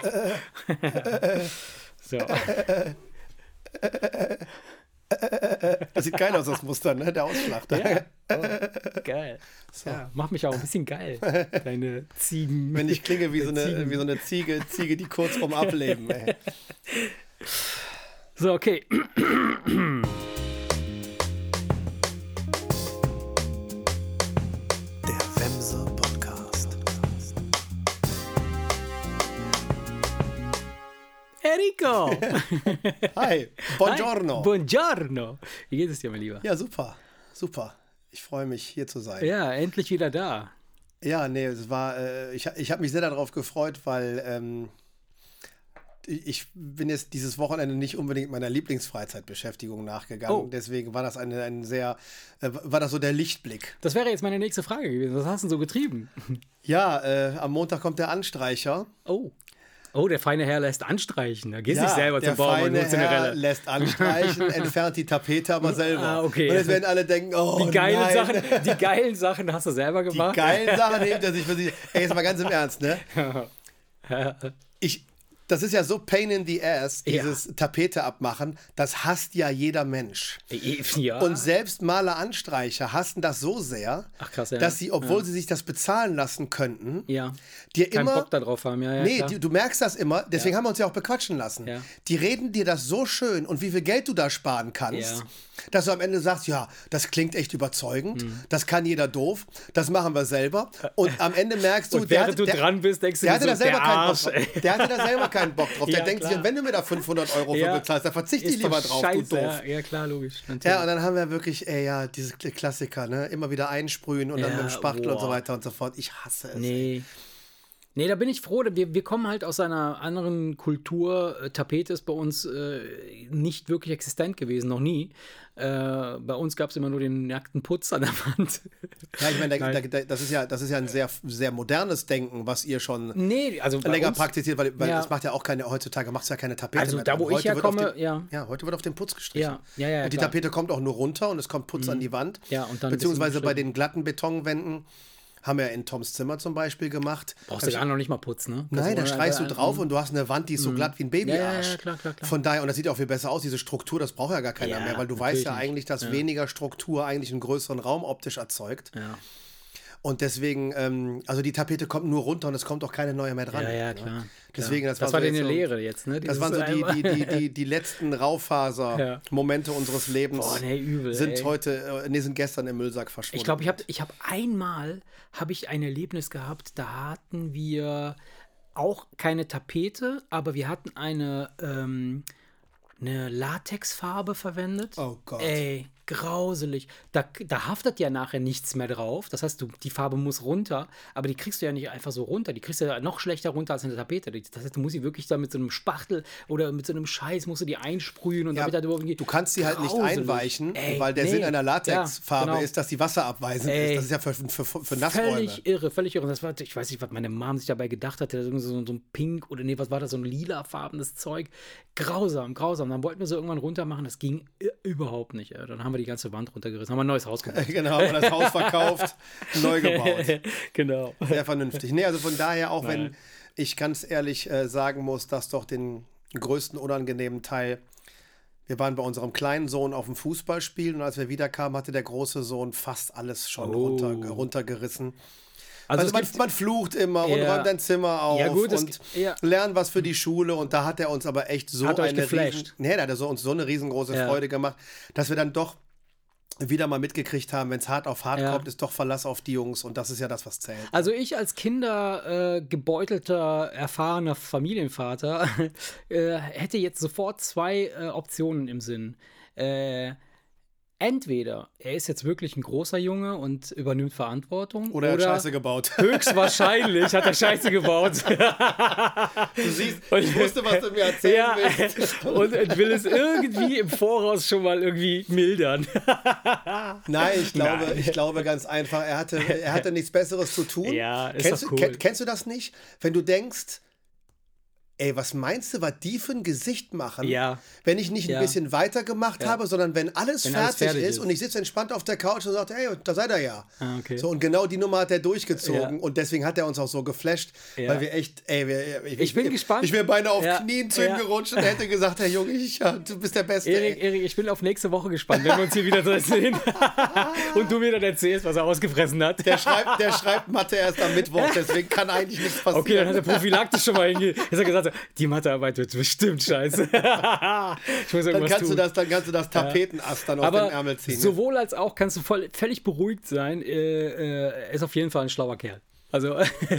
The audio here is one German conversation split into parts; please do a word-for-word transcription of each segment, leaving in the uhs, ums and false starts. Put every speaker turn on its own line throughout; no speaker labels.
So.
Das sieht geil aus, das Muster, ne? Der Ausschlag.
Ja. Oh, geil. So. Ja, macht mich auch ein bisschen geil. Deine Ziegen.
Wenn ich klinge wie so eine, wie so eine Ziege, Ziege, die kurz vorm Ableben, ey.
So, okay. Enrico!
Hi, buongiorno.
Hi. Buongiorno. Wie geht es dir, mein Lieber?
Ja, super, super. Ich freue mich, hier zu sein.
Ja, endlich wieder da.
Ja, nee, es war, äh, ich, ich habe mich sehr darauf gefreut, weil ähm, ich bin jetzt dieses Wochenende nicht unbedingt meiner Lieblingsfreizeitbeschäftigung nachgegangen. Oh. Deswegen war das eine, ein sehr, äh, war das so der Lichtblick.
Das wäre jetzt meine nächste Frage gewesen. Was hast du denn so getrieben?
Ja, äh, am Montag kommt der Anstreicher.
Oh. Oh, der feine Herr lässt anstreichen. Da gehst du
ja,
nicht selber zum Baum und holst
eine
eine
Herr
Relle.
lässt anstreichen, entfernt die Tapete aber selber.
Ah, okay.
Und jetzt werden alle denken, oh
die geilen
nein.
Sachen, die geilen Sachen hast du selber gemacht.
Die geilen Sachen nimmt er sich für sich. Ey, jetzt mal ganz im Ernst, ne? Ich, das ist ja so pain in the ass, dieses ja. Tapete abmachen. Das hasst ja jeder Mensch.
Ja.
Und selbst Maler, Anstreicher hassen das so sehr,
Ach, krass, ja.
dass sie, obwohl
ja.
sie sich das bezahlen lassen könnten,
ja.
dir
Keinen
immer...
Bock da drauf haben. Ja, ja,
nee, die, du merkst das immer, deswegen
ja.
haben wir uns ja auch bequatschen lassen.
Ja.
Die reden dir das so schön und wie viel Geld du da sparen kannst,
ja.
dass du am Ende sagst, ja, das klingt echt überzeugend, hm. das kann jeder doof, das machen wir selber. Und am Ende merkst du,
und
der,
während du
der,
dran bist, denkst du
der
dir
hatte
so,
da selber
der
keinen
Arsch,
Bock drauf. Der hatte da selber keinen Bock drauf. Der
ja,
denkt
klar.
sich, wenn du mir da fünfhundert Euro
ja.
für bezahlst, dann verzichte ich
Ist
lieber
doch
drauf,
scheiße.
du doof.
Ja, ja, klar, logisch. Natürlich.
Ja, und dann haben wir wirklich, ey, ja, diese Klassiker, ne, immer wieder einsprühen und
ja,
dann mit dem Spachtel
boah.
und so weiter und so fort. Ich hasse es.
Nee.
Ey.
Nee, da bin ich froh. Wir, wir kommen halt aus einer anderen Kultur. Tapete ist bei uns äh, nicht wirklich existent gewesen, noch nie. Äh, bei uns gab es immer nur den nackten Putz an der Wand.
Ja, ich meine, da, da, das ist ja, das ist ja ein sehr, sehr modernes Denken, was ihr schon
nee, also
länger
uns,
praktiziert, weil, weil
ja.
das macht ja auch keine, heutzutage macht es ja keine Tapete
also
mehr.
Also da, wo
heute
ich herkomme,
den,
ja.
Ja, heute wird auf den Putz gestrichen.
Ja, ja, ja,
und die
klar.
Tapete kommt auch nur runter und es kommt Putz mhm. an die Wand.
Ja, und dann
beziehungsweise bei den glatten Betonwänden haben wir in Toms Zimmer zum Beispiel gemacht.
Brauchst du gar noch nicht mal putzen, ne?
Nein, da streichst du drauf und du hast eine Wand, die ist so
mm.
glatt wie ein Babyarsch.
Ja, ja, klar, klar, klar.
Von daher, und das sieht auch viel besser aus, diese Struktur, das braucht ja gar keiner
ja,
mehr, weil du weißt ja eigentlich, dass ja. weniger Struktur eigentlich einen größeren Raum optisch erzeugt.
Ja.
Und deswegen, ähm, also die Tapete kommt nur runter und es kommt auch keine neue mehr dran.
Ja, ja, klar.
Ne? Deswegen, das,
das
war,
war
so
eine
so,
Lehre jetzt, ne?
Das waren so die, die, die, die, die letzten Raufaser-Momente ja. unseres Lebens.
Boah, nee, übel,
sind
ey.
heute, nee, sind gestern im Müllsack verschwunden.
Ich glaube, ich habe ich hab einmal habe ich ein Erlebnis gehabt, da hatten wir auch keine Tapete, aber wir hatten eine, ähm, eine Latexfarbe verwendet.
Oh Gott.
Ey, grauselig. Da, da haftet ja nachher nichts mehr drauf. Das heißt, du, die Farbe muss runter, aber die kriegst du ja nicht einfach so runter. Die kriegst du ja noch schlechter runter als eine Tapete. Das heißt, du musst sie wirklich da mit so einem Spachtel oder mit so einem Scheiß musst du die einsprühen und
ja,
damit halt irgendwie
du kannst sie halt nicht einweichen, Ey, weil der nee. Sinn einer Latexfarbe ja, genau. ist, dass die wasserabweisend Ey, ist. Das ist ja für, für, für, für Nassräume.
Völlig irre, völlig irre. Das war, ich weiß nicht, was meine Mom sich dabei gedacht hat. So, so ein Pink oder nee, was war das? So ein lilafarbenes Zeug. Grausam, grausam. Dann wollten wir so irgendwann runter machen. Das ging überhaupt nicht. Dann haben wir die ganze Wand runtergerissen. Haben wir ein neues Haus gebaut.
Genau, haben wir das Haus verkauft, neu gebaut.
Genau.
Sehr vernünftig. Nee, also von daher, auch
Nein.
wenn ich ganz ehrlich äh, sagen muss, dass doch den größten unangenehmen Teil, wir waren bei unserem kleinen Sohn auf dem Fußballspiel und als wir wiederkamen, hatte der große Sohn fast alles schon
oh.
runter, runtergerissen.
Also,
also man, man flucht immer
ja.
und räumt ein Zimmer auf
ja, gut,
und
es, ja.
lernt was für die Schule und da hat er uns aber echt so
hat euch
eine
geflasht.
riesen, nee, da hat er so, uns so eine riesengroße
ja.
Freude gemacht, dass wir dann doch wieder mal mitgekriegt haben, wenn es hart auf hart
ja.
kommt, ist doch Verlass auf die Jungs und das ist ja das, was zählt.
Also ich als Kinder äh, gebeutelter, erfahrener Familienvater äh, hätte jetzt sofort zwei äh, Optionen im Sinn. Äh, Entweder er ist jetzt wirklich ein großer Junge und übernimmt Verantwortung.
Oder er
oder
hat Scheiße gebaut.
Höchstwahrscheinlich hat er Scheiße gebaut.
Du siehst, ich wusste, was du mir erzählen
ja,
willst.
Und will es irgendwie im Voraus schon mal irgendwie mildern.
Nein, ich glaube,
Nein.
ich glaube ganz einfach, er hatte, er hatte nichts Besseres zu tun.
Ja, ist
kennst,
doch
du,
cool.
kenn, kennst du das nicht? Wenn du denkst, ey, was meinst du, was die für ein Gesicht machen,
Ja.
wenn ich nicht ein
Ja.
bisschen weitergemacht
Ja.
habe, sondern wenn alles,
Wenn
fertig,
alles fertig
ist,
ist.
und ich sitze entspannt auf der Couch und sage, hey, da seid ihr ja.
Ah, okay.
So, und genau die Nummer hat er durchgezogen
Ja.
und deswegen hat er uns auch so geflasht,
Ja.
weil wir echt, ey, wir, ich,
Ich bin gespannt.
Ich wäre beinahe auf
Ja.
Knien zu ihm
Ja.
gerutscht und hätte gesagt, Herr Junge, ich, ja, du bist der Beste.
Erik,
ey.
Erik, ich bin auf nächste Woche gespannt, wenn wir uns hier wieder so sehen. Und du mir dann erzählst, was er ausgefressen hat.
Der schreibt, der schreibt Mathe erst am Mittwoch, deswegen kann eigentlich nichts passieren.
Okay, dann hat er prophylaktisch schon mal hinge... Jetzt hat er gesagt, die Mathearbeit wird bestimmt scheiße. Ich muss
dann
irgendwas
kannst, du
tun.
das, dann kannst du das Tapetenast dann aus
Aber
dem Ärmel ziehen.
sowohl als auch kannst du voll, völlig beruhigt sein. Äh, äh, er ist auf jeden Fall ein schlauer Kerl. Also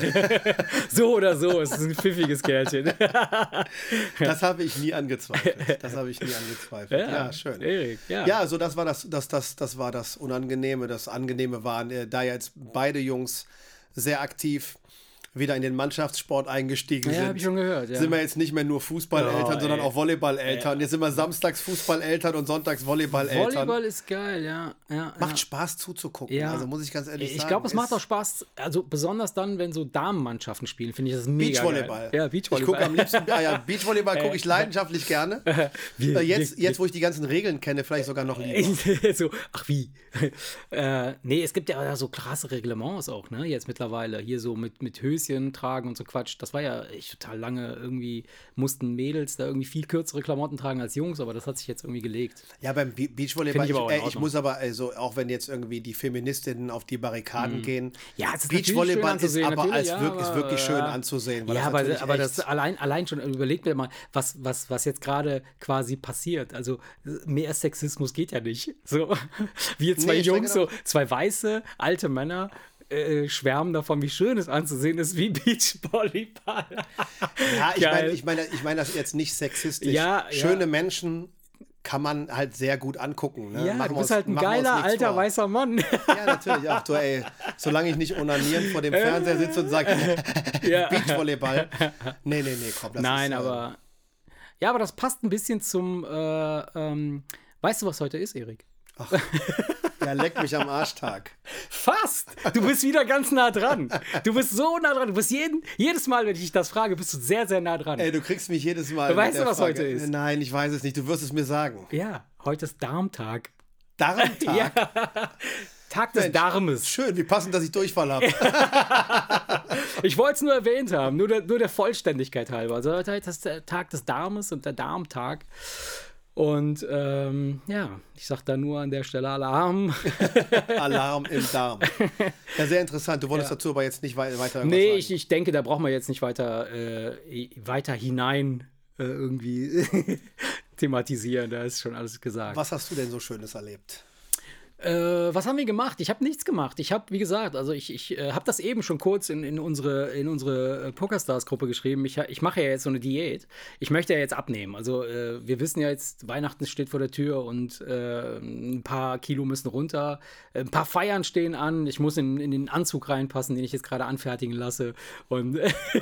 so oder so, es ist ein pfiffiges Kerlchen.
Das habe ich nie angezweifelt. Das habe ich nie angezweifelt. Ja, ja schön.
Erik, ja.
Ja, so das war das, das, das, das war das Unangenehme. Das Angenehme waren, äh, da jetzt beide Jungs sehr aktiv wieder in den Mannschaftssport eingestiegen
Ja,
sind.
habe ich schon gehört. Ja.
Sind wir jetzt nicht mehr nur Fußballeltern,
Oh,
sondern
ey.
auch Volleyballeltern.
Ja.
Jetzt sind wir samstags Fußballeltern und sonntags Volleyballeltern.
Volleyball ist geil, ja. ja
Macht
ja.
Spaß zuzugucken.
Ja.
Also muss ich ganz ehrlich
Ich
sagen.
glaube, es macht
ist
auch Spaß, also besonders dann, wenn so Damenmannschaften spielen, finde ich das mega
Beachvolleyball.
geil. Ja,
Ich
Beachvolleyball.
gucke am liebsten, ah ja, Beachvolleyball gucke ich leidenschaftlich gerne.
Wir-
Äh, jetzt,
wir-
jetzt, wo ich die ganzen Regeln kenne, vielleicht sogar noch lieber.
so, ach wie? äh, nee, es gibt ja so krasse Reglements auch, ne? Jetzt mittlerweile. Hier so mit, mit Höschen tragen und so Quatsch. Das war ja echt total lange. Irgendwie mussten Mädels da irgendwie viel kürzere Klamotten tragen als Jungs, aber das hat sich jetzt irgendwie gelegt.
Ja, beim Be Beachvolleyball,
Finde ich
ich,
aber auch in
äh, ich
Ordnung.
muss aber, also auch wenn jetzt irgendwie die Feministinnen auf die Barrikaden gehen,
Ja, es ist natürlich schön
Beachvolleyball ist
anzusehen,
aber als
natürlich, ja,
wirklich, ist
aber,
wirklich schön
ja.
anzusehen. weil
Ja,
das
aber,
natürlich
aber
echt-
das allein, allein schon, überleg mir mal, was, was, was jetzt gerade quasi passiert. Also mehr Sexismus geht ja nicht. So, wir zwei
Nee, ich
Jungs,
denke
so zwei weiße, alte Männer, äh, schwärmen davon, wie schön es anzusehen ist, wie Beachvolleyball.
Ja, ich
Geil.
meine ich meine, ich meine das jetzt nicht sexistisch.
Ja, ja.
Schöne Menschen kann man halt sehr gut angucken. Ne?
Ja,
Machen
du
wir
bist
uns-
halt ein
machen wir uns
geiler,
nichts
alter,
vor.
weißer Mann.
Ja, natürlich. Ach du, ey, solange ich nicht onanieren vor dem Fernseher sitze und sage,
Ja.
Beachvolleyball. Nee, nee, nee, komm. Das
Nein,
ist, äh,
aber. Ja, aber das passt ein bisschen zum. Äh, ähm, weißt du, was heute ist, Erik?
Ja, leck mich am Arschtag.
Fast! Du bist wieder ganz nah dran. Du bist so nah dran. Du bist jeden, jedes Mal, wenn ich dich das frage, bist du sehr, sehr nah dran.
Ey, du kriegst mich jedes Mal.
Du
mit
weißt
der
du, was
Frage.
heute ist?
Nein, ich weiß es nicht. Du wirst es mir sagen.
Ja, heute ist Darmtag.
Darmtag?
Ja. Tag des
Mensch.
Darmes.
Schön, wie passend, dass ich Durchfall habe.
Ich wollte es nur erwähnt haben, nur der, nur der Vollständigkeit halber. Also heute ist der Tag des Darmes und der Darmtag. Und ähm, ja, ich sag da nur an der Stelle Alarm.
Alarm im Darm. Ja, sehr interessant. Du wolltest dazu aber jetzt nicht wei- weiter irgendwas
Nee,
sagen.
ich, ich denke, da brauchen wir jetzt nicht weiter, äh, weiter hinein äh, irgendwie thematisieren. Da ist schon alles gesagt.
Was hast du denn so Schönes erlebt?
Äh, was haben wir gemacht? Ich habe nichts gemacht. Ich habe, wie gesagt, also ich, ich äh, habe das eben schon kurz in, in unsere, in unsere äh, Pokerstars-Gruppe geschrieben. Ich, ich mache ja jetzt so eine Diät. Ich möchte ja jetzt abnehmen. Also äh, wir wissen ja jetzt, Weihnachten steht vor der Tür und äh, ein paar Kilo müssen runter. Ein paar Feiern stehen an. Ich muss in, in den Anzug reinpassen, den ich jetzt gerade anfertigen lasse. Und,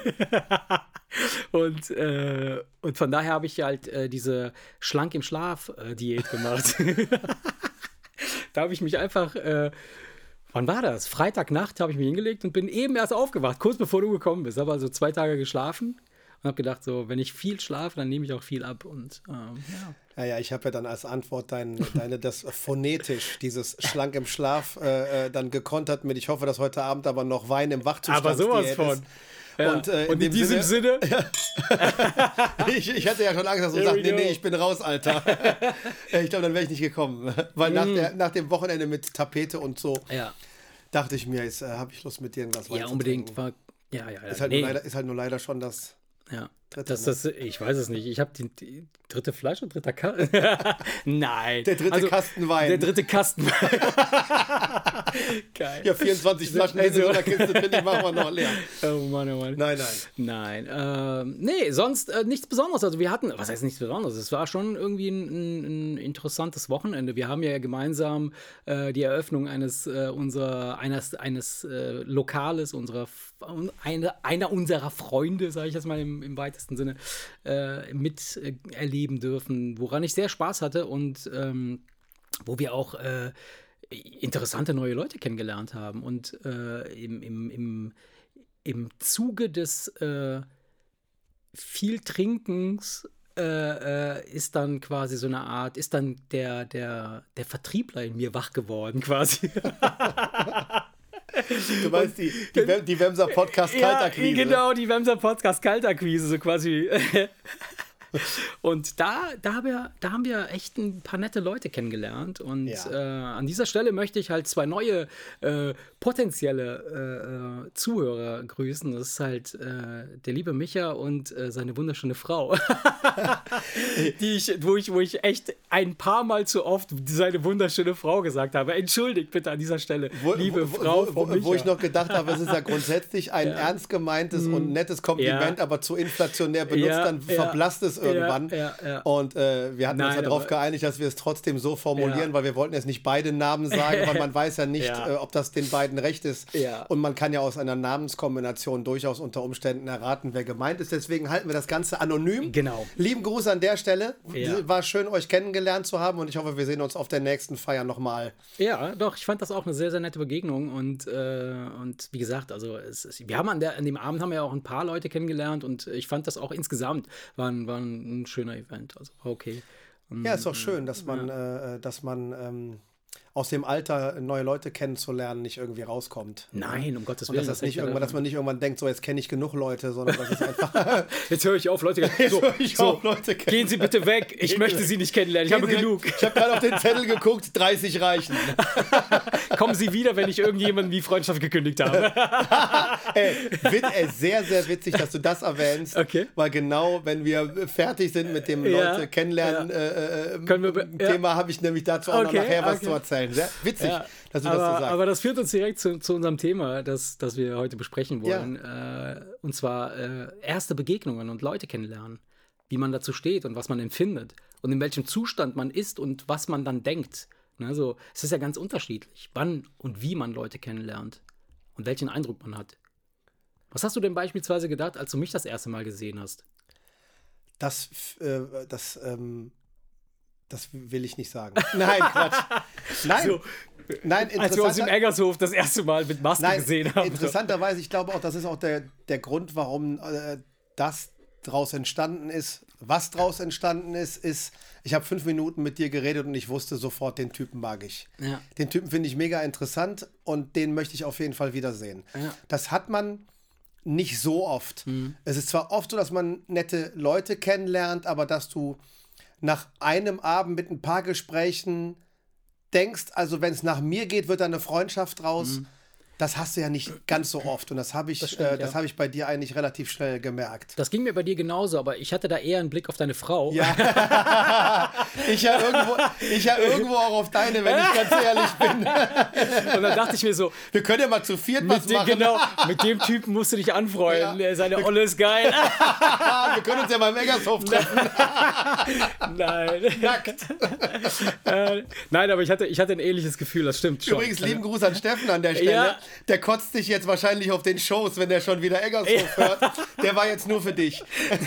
und, äh, und von daher habe ich halt äh, diese Schlank im Schlaf-Diät gemacht. Da habe ich mich einfach, äh, wann war das? Freitagnacht habe ich mich hingelegt und bin eben erst aufgewacht, kurz bevor du gekommen bist. Habe also zwei Tage geschlafen und habe gedacht, so, wenn ich viel schlafe, dann nehme ich auch viel ab. Und ähm, ja.
Ja, ja, ich habe ja dann als Antwort dein, deine, das phonetisch, dieses schlank im Schlaf, äh, äh, dann gekontert mit, ich hoffe, dass heute Abend aber noch Wein im Wachzustand
Aber sowas
Diät
von.
ist.
Ja.
Und, äh, in
und in,
dem
diesem Sinne,
Ich, ich hatte ja schon Angst, dass du
Here
sagst,
we
nee,
go.
nee, ich bin raus, Alter. Ich glaube, dann wäre ich nicht gekommen. Weil nach, der, nach dem Wochenende mit Tapete und so
ja,
dachte ich mir, jetzt äh, habe ich Lust mit dir ein Glas Wein
ja
zu
unbedingt.
trinken.
War, ja, ja, ja.
Ist halt,
nee,
nur leider, ist halt nur leider schon das
ja.
dritte.
Das,
ne?
das, ich weiß es nicht. Ich habe die, die dritte Flasche, dritter Kasten. Nein.
Der dritte Kasten Wein.
Der dritte Kasten Wein. Geil.
Ja, vierundzwanzig Flaschen in so einer Kiste, finde ich, machen wir noch leer.
Oh Mann, oh Mann.
Nein, nein.
Nein, ähm, nee, sonst äh, nichts Besonderes. Also wir hatten, was heißt nichts Besonderes? Es war schon irgendwie ein, ein, ein interessantes Wochenende. Wir haben ja gemeinsam äh, die Eröffnung eines äh, unserer eines eines äh, Lokales unserer eine, einer unserer Freunde, sage ich jetzt mal im, im weitesten Sinne, äh, mit äh, erleben dürfen, woran ich sehr Spaß hatte und ähm, wo wir auch äh, interessante neue Leute kennengelernt haben. Und äh, im, im, im, im Zuge des, äh, viel Trinkens äh, äh, ist dann quasi so eine Art, ist dann der, der, der Vertriebler in mir wach geworden quasi.
Du meinst die, die, Wem, die Wemser Podcast Kaltakquise.
Ja, genau, die Wemser Podcast Kaltakquise, so quasi. Und da, da, haben wir, da haben wir echt ein paar nette Leute kennengelernt. Und ja. äh, an dieser Stelle möchte ich halt zwei neue äh, potenzielle äh, Zuhörer grüßen. Das ist halt äh, der liebe Micha und äh, seine wunderschöne Frau. Die ich, wo, ich, wo ich echt ein paar Mal zu oft seine wunderschöne Frau gesagt habe. Entschuldigt bitte an dieser Stelle,
wo,
liebe
wo,
Frau
wo,
von
wo, wo ich noch gedacht habe, es ist ja grundsätzlich ein ja. ernst gemeintes mm. und nettes Kompliment, ja. aber zu inflationär benutzt, ja. dann ja. verblasst es irgendwann. Ja, ja, ja. Und äh, wir hatten Nein, uns ja darauf geeinigt, dass wir es trotzdem so formulieren, ja. weil wir wollten jetzt nicht beide Namen sagen, weil man weiß ja nicht, ja. äh, ob das den beiden recht ist. Ja. Und man kann ja aus einer Namenskombination durchaus unter Umständen erraten, wer gemeint ist. Deswegen halten wir das Ganze anonym.
Genau.
Lieben Gruß an der Stelle. Ja. War schön, euch kennengelernt zu haben und ich hoffe, wir sehen uns auf der nächsten Feier nochmal.
Ja, doch, ich fand das auch eine sehr, sehr nette Begegnung und, äh, und wie gesagt, also es, es, wir haben an, der, an dem Abend haben wir ja auch ein paar Leute kennengelernt und ich fand das auch insgesamt war ein, war ein schöner Event, also okay. Und,
ja, ist doch schön, dass man, ja. äh, dass man ähm, aus dem Alter neue Leute kennenzulernen nicht irgendwie rauskommt.
Nein, um Gottes Willen.
Und dass, das nicht irgendwann, dass man nicht irgendwann denkt, so jetzt kenne ich genug Leute, sondern das ist einfach...
Jetzt höre ich auf, Leute. So,
ich
so,
auf, Leute
gehen Sie bitte weg, ich möchte Sie nicht kennenlernen, ich habe
Sie
genug.
Weg. Ich habe gerade auf den Zettel geguckt, dreißig reichen.
Kommen Sie wieder, wenn ich irgendjemanden wie Freundschaft gekündigt habe.
Ey, wit, ey, sehr, sehr witzig, dass du das erwähnst,
okay.
weil genau, wenn wir fertig sind mit dem ja, Leute kennenlernen ja. äh, äh, Können wir, ja. Thema, habe ich nämlich dazu auch okay, noch nachher was okay. zu erzählen. Sehr witzig. Ja. Dass du
aber,
das so sagst.
aber das führt uns direkt zu, zu unserem Thema, das, das wir heute besprechen wollen. Ja. Äh, und zwar äh, erste Begegnungen und Leute kennenlernen. Wie man dazu steht und was man empfindet. Und in welchem Zustand man ist und was man dann denkt. Also, es ist ja ganz unterschiedlich, wann und wie man Leute kennenlernt. Und welchen Eindruck man hat. Was hast du denn beispielsweise gedacht, als du mich das erste Mal gesehen hast?
Das, äh, das, ähm, das will ich nicht sagen. Nein, Quatsch. Nein. So. Nein,
als wir uns im Eggershof das erste Mal mit Maske Nein, gesehen haben.
Interessanterweise, ich glaube auch, das ist auch der, der Grund, warum äh, das draus entstanden ist. Was draus entstanden ist, ist, ich habe fünf Minuten mit dir geredet und ich wusste sofort, den Typen mag ich.
Ja.
Den Typen finde ich mega interessant und den möchte ich auf jeden Fall wiedersehen.
Ja.
Das hat man nicht so oft.
Mhm.
Es ist zwar oft so, dass man nette Leute kennenlernt, aber dass du nach einem Abend mit ein paar Gesprächen denkst, also wenn es nach mir geht, wird da eine Freundschaft draus. Mhm. Das hast du ja nicht ganz so oft und das habe ich, das stimmt, äh, das ja. habe ich bei dir eigentlich relativ schnell gemerkt.
Das ging mir bei dir genauso, aber ich hatte da eher einen Blick auf deine Frau.
Ja, ich, ja irgendwo, ich ja irgendwo auch auf deine, wenn ich ganz ehrlich bin.
Und dann dachte ich mir so,
wir können ja mal zu viert was
dem,
machen.
Genau, mit dem Typen musst du dich anfreunden, ja. Seine Olle ist geil.
Wir können uns ja mal im Eggershof treffen.
Nein.
Nackt.
äh, nein, aber ich hatte, ich hatte ein ähnliches Gefühl, das stimmt schon.
Übrigens, lieben Gruß an Steffen an der Stelle. Ja. Der kotzt dich jetzt wahrscheinlich auf den Shows, wenn der schon wieder Eggershof hört. Der war jetzt nur für dich.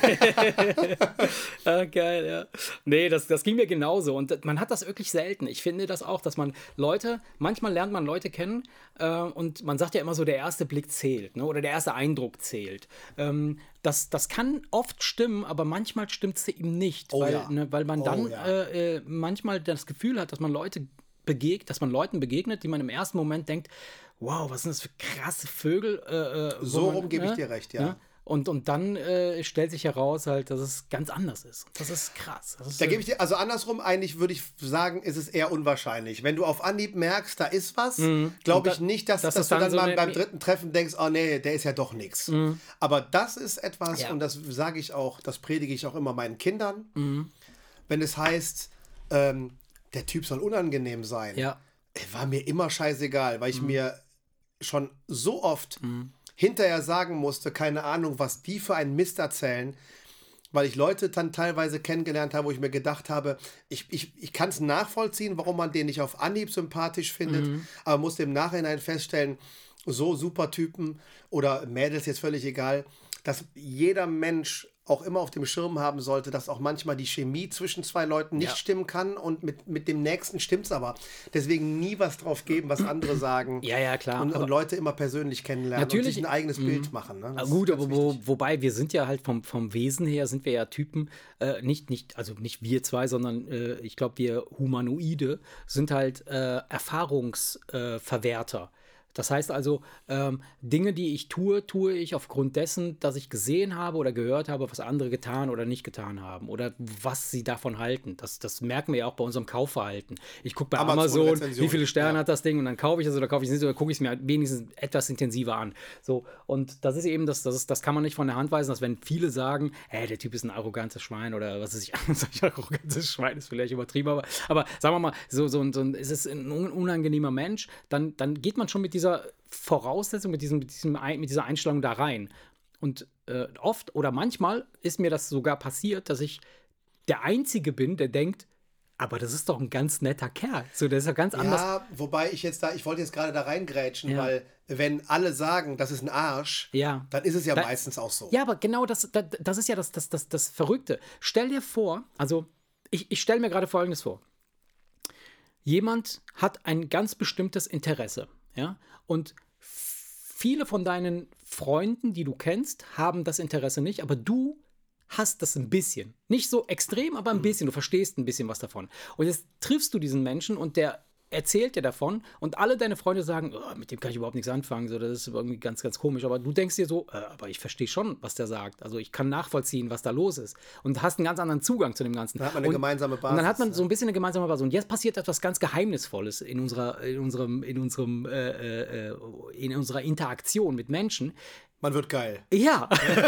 Ah, geil, ja. Nee, das, das ging mir genauso. Und man hat das wirklich selten. Ich finde das auch, dass man Leute, manchmal lernt man Leute kennen äh, und man sagt ja immer so, der erste Blick zählt, ne? Oder der erste Eindruck zählt. Ähm, das, das kann oft stimmen, aber manchmal stimmt es eben nicht.
Oh,
weil,
ja.
ne, weil man
oh,
dann
ja.
äh, manchmal das Gefühl hat, dass man Leute begegnet, dass man Leuten begegnet, die man im ersten Moment denkt, wow, was sind das für krasse Vögel? Äh,
so
man,
rum gebe
ne?
ich dir recht, ja.
Ne? Und, und dann äh, stellt sich heraus halt, dass es ganz anders ist. Das ist krass. Das ist,
da gebe ich dir, also andersrum eigentlich würde ich sagen, ist es eher unwahrscheinlich. Wenn du auf Anhieb merkst, da ist was, mhm. glaube ich da, nicht, dass, dass, dass du dann, so beim, beim dritten Treffen denkst, oh nee, der ist ja doch nichts.
Mhm.
Aber das ist etwas,
ja.
und das sage ich auch, das predige ich auch immer meinen Kindern,
mhm.
wenn es heißt, ähm, der Typ soll unangenehm sein.
Ja.
War mir immer scheißegal, weil ich mhm. mir schon so oft
mhm.
hinterher sagen musste, keine Ahnung, was die für einen Mist erzählen, weil ich Leute dann teilweise kennengelernt habe, wo ich mir gedacht habe, ich, ich, ich kann es nachvollziehen, warum man den nicht auf Anhieb sympathisch findet,
mhm.
aber musste im Nachhinein feststellen, so super Typen oder Mädels, jetzt völlig egal, dass jeder Mensch auch immer auf dem Schirm haben sollte, dass auch manchmal die Chemie zwischen zwei Leuten nicht ja. stimmen kann und mit, mit dem Nächsten stimmt's aber. Deswegen nie was drauf geben, was andere sagen.
Ja, ja, klar.
Und, und Leute immer persönlich kennenlernen
natürlich,
und sich ein eigenes mh. Bild machen. Ne?
Gut, aber wo, wobei wir sind ja halt vom, vom Wesen her, sind wir ja Typen, äh, nicht, nicht, also nicht wir zwei, sondern äh, ich glaube, wir Humanoide sind halt äh, Erfahrungsverwerter. Äh, Das heißt also, ähm, Dinge, die ich tue, tue ich aufgrund dessen, dass ich gesehen habe oder gehört habe, was andere getan oder nicht getan haben oder was sie davon halten. Das, das merken wir ja auch bei unserem Kaufverhalten. Ich gucke bei Amazon, Amazon wie viele Sterne ja. hat das Ding und dann kaufe ich es oder kaufe ich es nicht oder gucke ich es mir wenigstens etwas intensiver an. So, und das ist eben, das, das, ist, das kann man nicht von der Hand weisen, dass wenn viele sagen, hey, der Typ ist ein arrogantes Schwein oder was weiß ich, ein arrogantes Schwein ist vielleicht übertrieben, aber, aber sagen wir mal, so, so, so ist es ein unangenehmer Mensch, dann, dann geht man schon mit dieser Voraussetzung, mit, diesem, mit, diesem, mit dieser Einstellung da rein. Und äh, oft oder manchmal ist mir das sogar passiert, dass ich der Einzige bin, der denkt, aber das ist doch ein ganz netter Kerl. So, der ist ja ganz anders.
Ja, wobei ich jetzt da, ich wollte jetzt gerade da reingrätschen, ja. weil wenn alle sagen, das ist ein Arsch,
ja.
dann ist es ja
da,
meistens auch so.
Ja, aber genau das, das, das ist ja das, das, das, das Verrückte. Stell dir vor, also ich, ich stelle mir gerade Folgendes vor. Jemand hat ein ganz bestimmtes Interesse. Ja, und viele von deinen Freunden, die du kennst, haben das Interesse nicht, aber du hast das ein bisschen. Nicht so extrem, aber ein bisschen. Du verstehst ein bisschen was davon. Und jetzt triffst du diesen Menschen und der erzählt dir davon und alle deine Freunde sagen, oh, mit dem kann ich überhaupt nichts anfangen, so, das ist irgendwie ganz, ganz komisch, aber du denkst dir so, äh, aber ich verstehe schon, was der sagt, also ich kann nachvollziehen, was da los ist und hast einen ganz anderen Zugang zu dem Ganzen.
Dann hat man eine
und,
gemeinsame Basis.
Und dann hat man
ja.
so ein bisschen eine gemeinsame Basis und jetzt passiert etwas ganz Geheimnisvolles in unserer, in unserem, in unserem, äh, äh, in unserer Interaktion mit Menschen.
Man wird geil.
Ja.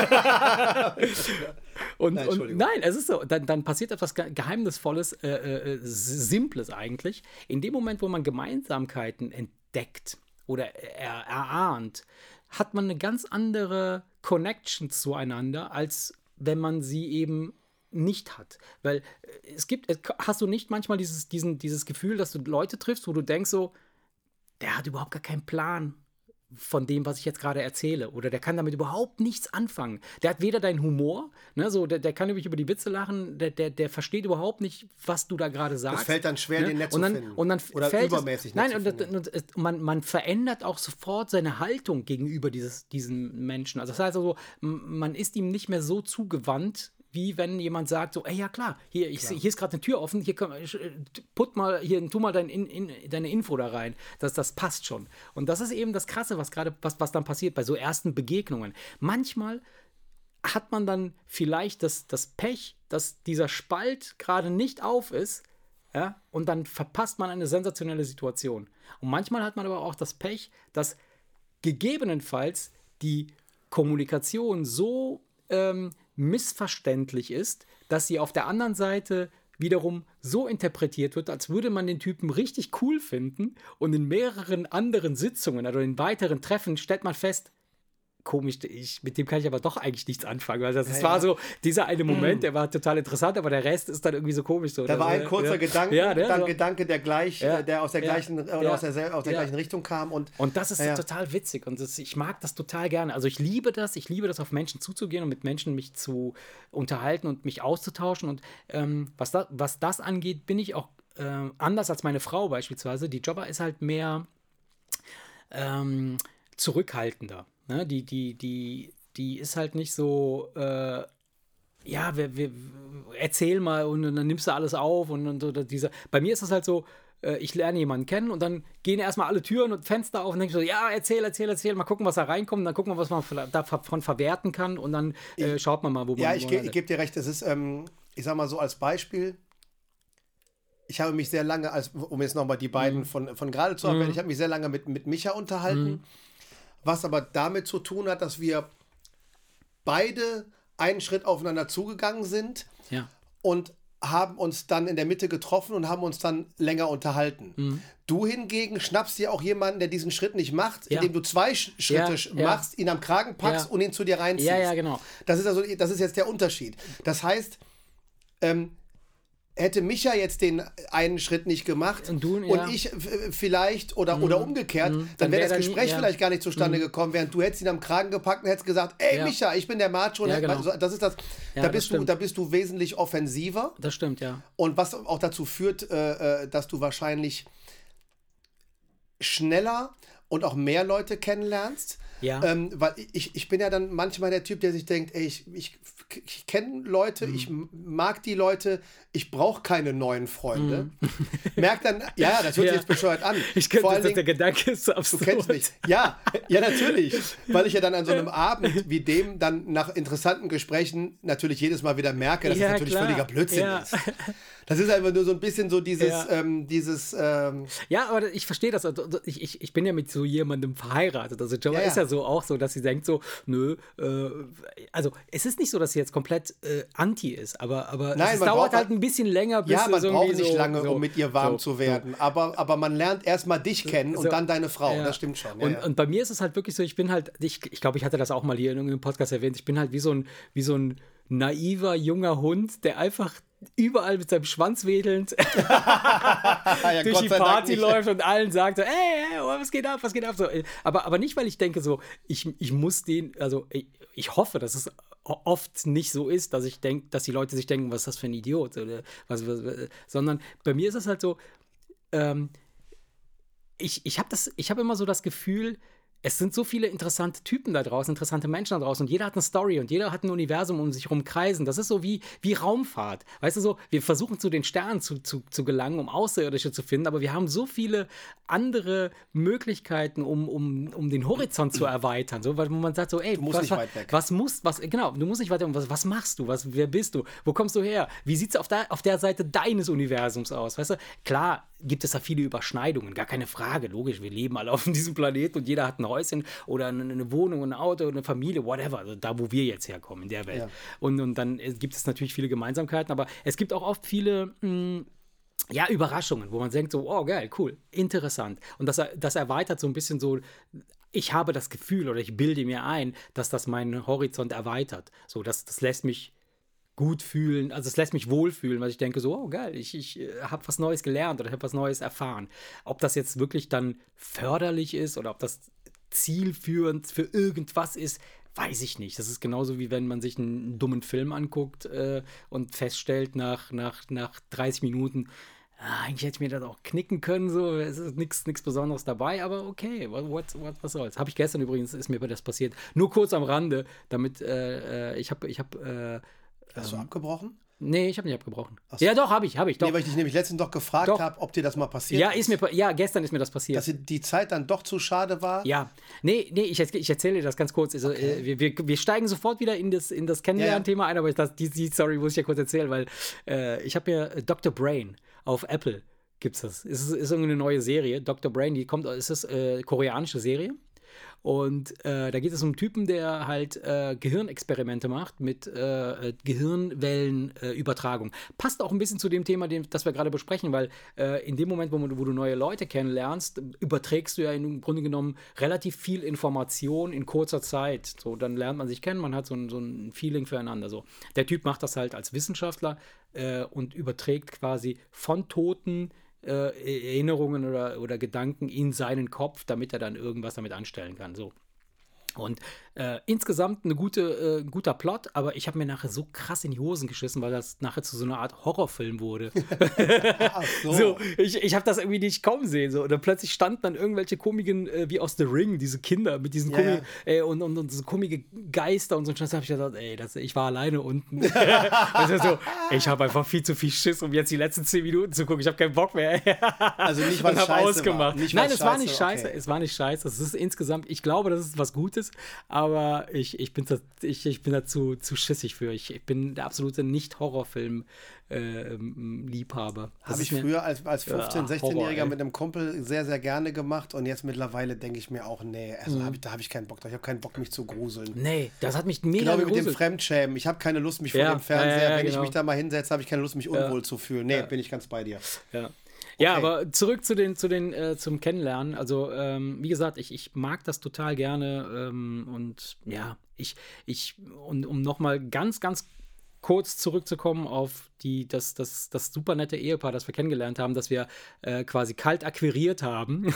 und, nein, und nein, es ist so. Dann, dann passiert etwas Geheimnisvolles, äh, äh, Simples eigentlich. In dem Moment, wo man Gemeinsamkeiten entdeckt oder er, erahnt, hat man eine ganz andere Connection zueinander, als wenn man sie eben nicht hat. Weil es gibt, hast du nicht manchmal dieses, diesen, dieses Gefühl, dass du Leute triffst, wo du denkst so, der hat überhaupt gar keinen Plan von dem, was ich jetzt gerade erzähle. Oder der kann damit überhaupt nichts anfangen. Der hat weder deinen Humor, ne, so, der, der kann nämlich über die Witze lachen, der, der, der versteht überhaupt nicht, was du da gerade sagst.
Das fällt dann schwer, ne? den nett
und dann,
zu finden.
Und dann
Oder
fällt
übermäßig
es, Nein,
nett
und,
zu finden.
und, und man, man verändert auch sofort seine Haltung gegenüber dieses, diesen Menschen. Also das heißt also, man ist ihm nicht mehr so zugewandt, wie wenn jemand sagt, so, ey, ja klar, hier, ich, hier ist gerade eine Tür offen, hier komm, put mal, hier, tu mal dein, in, in, deine Info da rein. Das, das passt schon. Und das ist eben das Krasse, was gerade, was, was dann passiert bei so ersten Begegnungen. Manchmal hat man dann vielleicht das, das Pech, dass dieser Spalt gerade nicht auf ist, ja, und dann verpasst man eine sensationelle Situation. Und manchmal hat man aber auch das Pech, dass gegebenenfalls die Kommunikation so ähm, missverständlich ist, dass sie auf der anderen Seite wiederum so interpretiert wird, als würde man den Typen richtig cool finden und in mehreren anderen Sitzungen oder in weiteren Treffen stellt man fest, komisch, ich, mit dem kann ich aber doch eigentlich nichts anfangen, weil das, das ja, war ja. so, dieser eine Moment, der war total interessant, aber der Rest ist dann irgendwie so komisch. So,
da war ein kurzer ja. Gedanke,
ja, ne,
dann
so.
Gedanke, der gleich,
ja.
der aus der
ja.
gleichen, oder
ja.
aus der, aus der
ja.
gleichen Richtung kam. Und,
und das ist
ja.
total witzig und das, ich mag das total gerne. Also ich liebe das, ich liebe das, auf Menschen zuzugehen und mit Menschen mich zu unterhalten und mich auszutauschen und ähm, was, da, was das angeht, bin ich auch äh, anders als meine Frau beispielsweise. Die Jobber ist halt mehr ähm, zurückhaltender. Ne? Die, die, die, die ist halt nicht so, äh, ja, wir, wir, erzähl mal und, und dann nimmst du alles auf und, und oder dieser. Bei mir ist das halt so, äh, ich lerne jemanden kennen und dann gehen erstmal alle Türen und Fenster auf und denke so, ja, erzähl, erzähl, erzähl, mal gucken, was da reinkommt, und dann gucken wir, was man davon verwerten kann und dann äh, schaut man mal, wo man.
Ja, ich, ge- ich gebe dir recht, es ist, ähm, ich sag mal so als Beispiel, ich habe mich sehr lange, als, um jetzt nochmal die beiden mm. von, von gerade zu erwähnen, mm. ich habe mich sehr lange mit, mit Micha unterhalten, mm. was aber damit zu tun hat, dass wir beide einen Schritt aufeinander zugegangen sind
ja.
und haben uns dann in der Mitte getroffen und haben uns dann länger unterhalten. Mhm. Du hingegen schnappst dir auch jemanden, der diesen Schritt nicht macht, ja. indem du zwei Sch- Schritte
ja,
machst,
ja.
ihn am Kragen packst
ja.
und ihn zu dir reinziehst.
Ja, ja, genau.
Das ist also, das ist jetzt der Unterschied. Das heißt, ähm, hätte Micha jetzt den einen Schritt nicht gemacht
und, du, ja.
und ich f- vielleicht oder, mm. oder umgekehrt, mm. dann, dann wäre wär das Gespräch ja. vielleicht gar nicht zustande mm. gekommen, während du hättest ihn am Kragen gepackt und hättest gesagt, ey ja. Micha, ich bin der Macho. Ja, genau. Das ist das, ja, da, bist das du, da bist du wesentlich offensiver.
Das stimmt, ja.
Und was auch dazu führt, äh, dass du wahrscheinlich schneller und auch mehr Leute kennenlernst.
Ja.
Ähm, weil ich, ich bin ja dann manchmal der Typ, der sich denkt, ey, ich, ich, ich kenne Leute, mhm. ich mag die Leute, ich brauche keine neuen Freunde. Mhm. Merk dann, ja, das hört
ja.
sich jetzt bescheuert an.
Ich könnte das, der Gedanke ist so absurd.
Du kennst mich. Ja, ja, natürlich. Weil ich ja dann an so einem Abend wie dem dann nach interessanten Gesprächen natürlich jedes Mal wieder merke, dass ja, das natürlich klar. völliger Blödsinn ja. ist. Das ist einfach nur so ein bisschen so dieses, ja, ähm, dieses, ähm
ja, aber ich verstehe das. Ich, ich, ich bin ja mit so jemandem verheiratet. Also Joa ja, ja. ist ja so auch so, dass sie denkt so, nö, äh, also es ist nicht so, dass sie jetzt komplett äh, anti ist, aber, aber
Nein,
es dauert halt ein bisschen länger, bis
ja, man
es
braucht nicht
so,
lange,
so,
um mit ihr warm so, zu werden. So. Aber, aber man lernt erstmal dich kennen so, und dann deine Frau.
Ja.
Das stimmt schon. Ja,
und,
ja.
und bei mir ist es halt wirklich so, ich bin halt, ich, ich glaube, ich hatte das auch mal hier in irgendeinem Podcast erwähnt, ich bin halt wie so ein, wie so ein naiver, junger Hund, der einfach überall mit seinem Schwanz wedelnd
ja,
durch die Party läuft und allen sagt so, ey, hey, was geht ab, was geht ab? So, aber, aber nicht, weil ich denke so, ich, ich muss den, also ich, ich hoffe, dass es oft nicht so ist, dass ich denke, dass die Leute sich denken, was ist das für ein Idiot? Oder was, was, was, sondern bei mir ist es halt so, ähm, ich, ich habe das, ich habe immer so das Gefühl, es sind so viele interessante Typen da draußen, interessante Menschen da draußen und jeder hat eine Story und jeder hat ein Universum um sich herum kreisen. Das ist so wie, wie Raumfahrt. Weißt du so, wir versuchen zu den Sternen zu, zu, zu gelangen, um Außerirdische zu finden, aber wir haben so viele andere Möglichkeiten, um, um, um den Horizont zu erweitern. So, weil man sagt so, ey,
du musst
was,
nicht weit weg.
Was musst, was, genau, du musst nicht weit weg. Was, was machst du? Was, wer bist du? Wo kommst du her? Wie sieht es auf der, auf der Seite deines Universums aus? Weißt du, klar gibt es da viele Überschneidungen, gar keine Frage, logisch, wir leben alle auf diesem Planeten und jeder hat ein Häuschen oder eine, eine Wohnung, ein Auto, eine Familie, whatever, also da, wo wir jetzt herkommen, in der Welt. Ja. Und, und dann gibt es natürlich viele Gemeinsamkeiten, aber es gibt auch oft viele, mh, ja, Überraschungen, wo man denkt so, oh, geil, cool, interessant. Und das, das erweitert so ein bisschen so, ich habe das Gefühl oder ich bilde mir ein, dass das meinen Horizont erweitert. So, das, das lässt mich gut fühlen, also es lässt mich wohlfühlen, weil ich denke so, oh geil, ich, ich äh, habe was Neues gelernt oder habe was Neues erfahren. Ob das jetzt wirklich dann förderlich ist oder ob das zielführend für irgendwas ist, weiß ich nicht. Das ist genauso wie wenn man sich einen dummen Film anguckt äh, und feststellt nach, nach, nach dreißig Minuten, ah, eigentlich hätte ich mir das auch knicken können, so, es ist nichts Besonderes dabei, aber okay, what, what, what, was soll's. Habe ich gestern übrigens, ist mir das passiert, nur kurz am Rande, damit äh, ich habe, ich habe äh,
Hast du abgebrochen?
Nee, ich habe nicht abgebrochen.
So.
Ja, doch, habe ich, habe ich. Doch.
Nee, weil ich dich nämlich letztens doch gefragt habe, ob dir das mal passiert
ja,
ist.
ist mir, ja, gestern ist mir das passiert.
Dass die Zeit dann doch zu schade war?
Ja. Nee, nee, ich, ich erzähle dir das ganz kurz. Also, okay. wir, wir, wir steigen sofort wieder in das, in das Kennenlernen-Thema ja, ja. ein, aber das, die, die Story muss ich ja kurz erzählen, weil äh, ich habe mir Doktor Brain auf Apple, gibt's das. Es ist, ist irgendeine neue Serie. Doktor Brain, die kommt, ist das äh, koreanische Serie. Und äh, da geht es um einen Typen, der halt äh, Gehirnexperimente macht mit äh, Gehirnwellenübertragung. Äh, Passt auch ein bisschen zu dem Thema, dem, das wir gerade besprechen, weil äh, in dem Moment, wo, wo du neue Leute kennenlernst, überträgst du ja im Grunde genommen relativ viel Information in kurzer Zeit. So, dann lernt man sich kennen, man hat so ein, so ein Feeling füreinander. So. Der Typ macht das halt als Wissenschaftler äh, und überträgt quasi von Toten Erinnerungen oder, oder Gedanken in seinen Kopf, damit er dann irgendwas damit anstellen kann. So. Und äh, insgesamt eine gute, äh, guter Plot, aber ich habe mir nachher so krass in die Hosen geschissen, weil das nachher zu so einer Art Horrorfilm wurde.
Ach so.
so, ich ich habe das irgendwie nicht kommen sehen. So. Und dann plötzlich standen dann irgendwelche Komiken äh, wie aus The Ring, diese Kinder mit diesen
ja,
Komi-
ja.
Äh, und, und, und so komige Geister und so. Und dann habe ich gedacht, ey, das, ich war alleine unten. also so, ich habe einfach viel zu viel Schiss, um jetzt die letzten zehn Minuten zu gucken. Ich habe keinen Bock mehr.
also nicht, was scheiße
ausgemacht.
war. Nicht,
Nein,
was
es war
scheiße,
nicht scheiße.
Okay.
Es war nicht scheiße. Es ist insgesamt, ich glaube, das ist was Gutes, aber ich, ich bin da, ich, ich bin da zu, zu schissig für. Ich, ich bin der absolute Nicht-Horrorfilm-Liebhaber. Äh,
Habe ich früher als, als fünfzehn-,
ja,
sechzehnjähriger
Horror,
mit einem Kumpel sehr, sehr gerne gemacht und jetzt mittlerweile denke ich mir auch, nee, also mhm. hab ich, da habe ich keinen Bock drauf. Ich habe keinen Bock, mich zu gruseln.
Nee, das hat mich mega
Genau wie
gegruselt.
mit dem Fremdschämen. Ich habe keine Lust, mich
ja,
vor dem Fernseher,
ja, ja,
wenn
genau.
ich mich da mal hinsetze, habe ich keine Lust, mich unwohl
ja.
zu fühlen. Nee,
ja.
bin ich ganz bei dir.
Ja. Ja, okay. Aber zurück zu den, zu den, äh, zum Kennenlernen. Also, ähm, wie gesagt, ich, ich mag das total gerne ähm, und ja, ich, ich, und um nochmal ganz, ganz kurz zurückzukommen auf die, das, das, das super nette Ehepaar, das wir kennengelernt haben, das wir äh, quasi kalt akquiriert haben,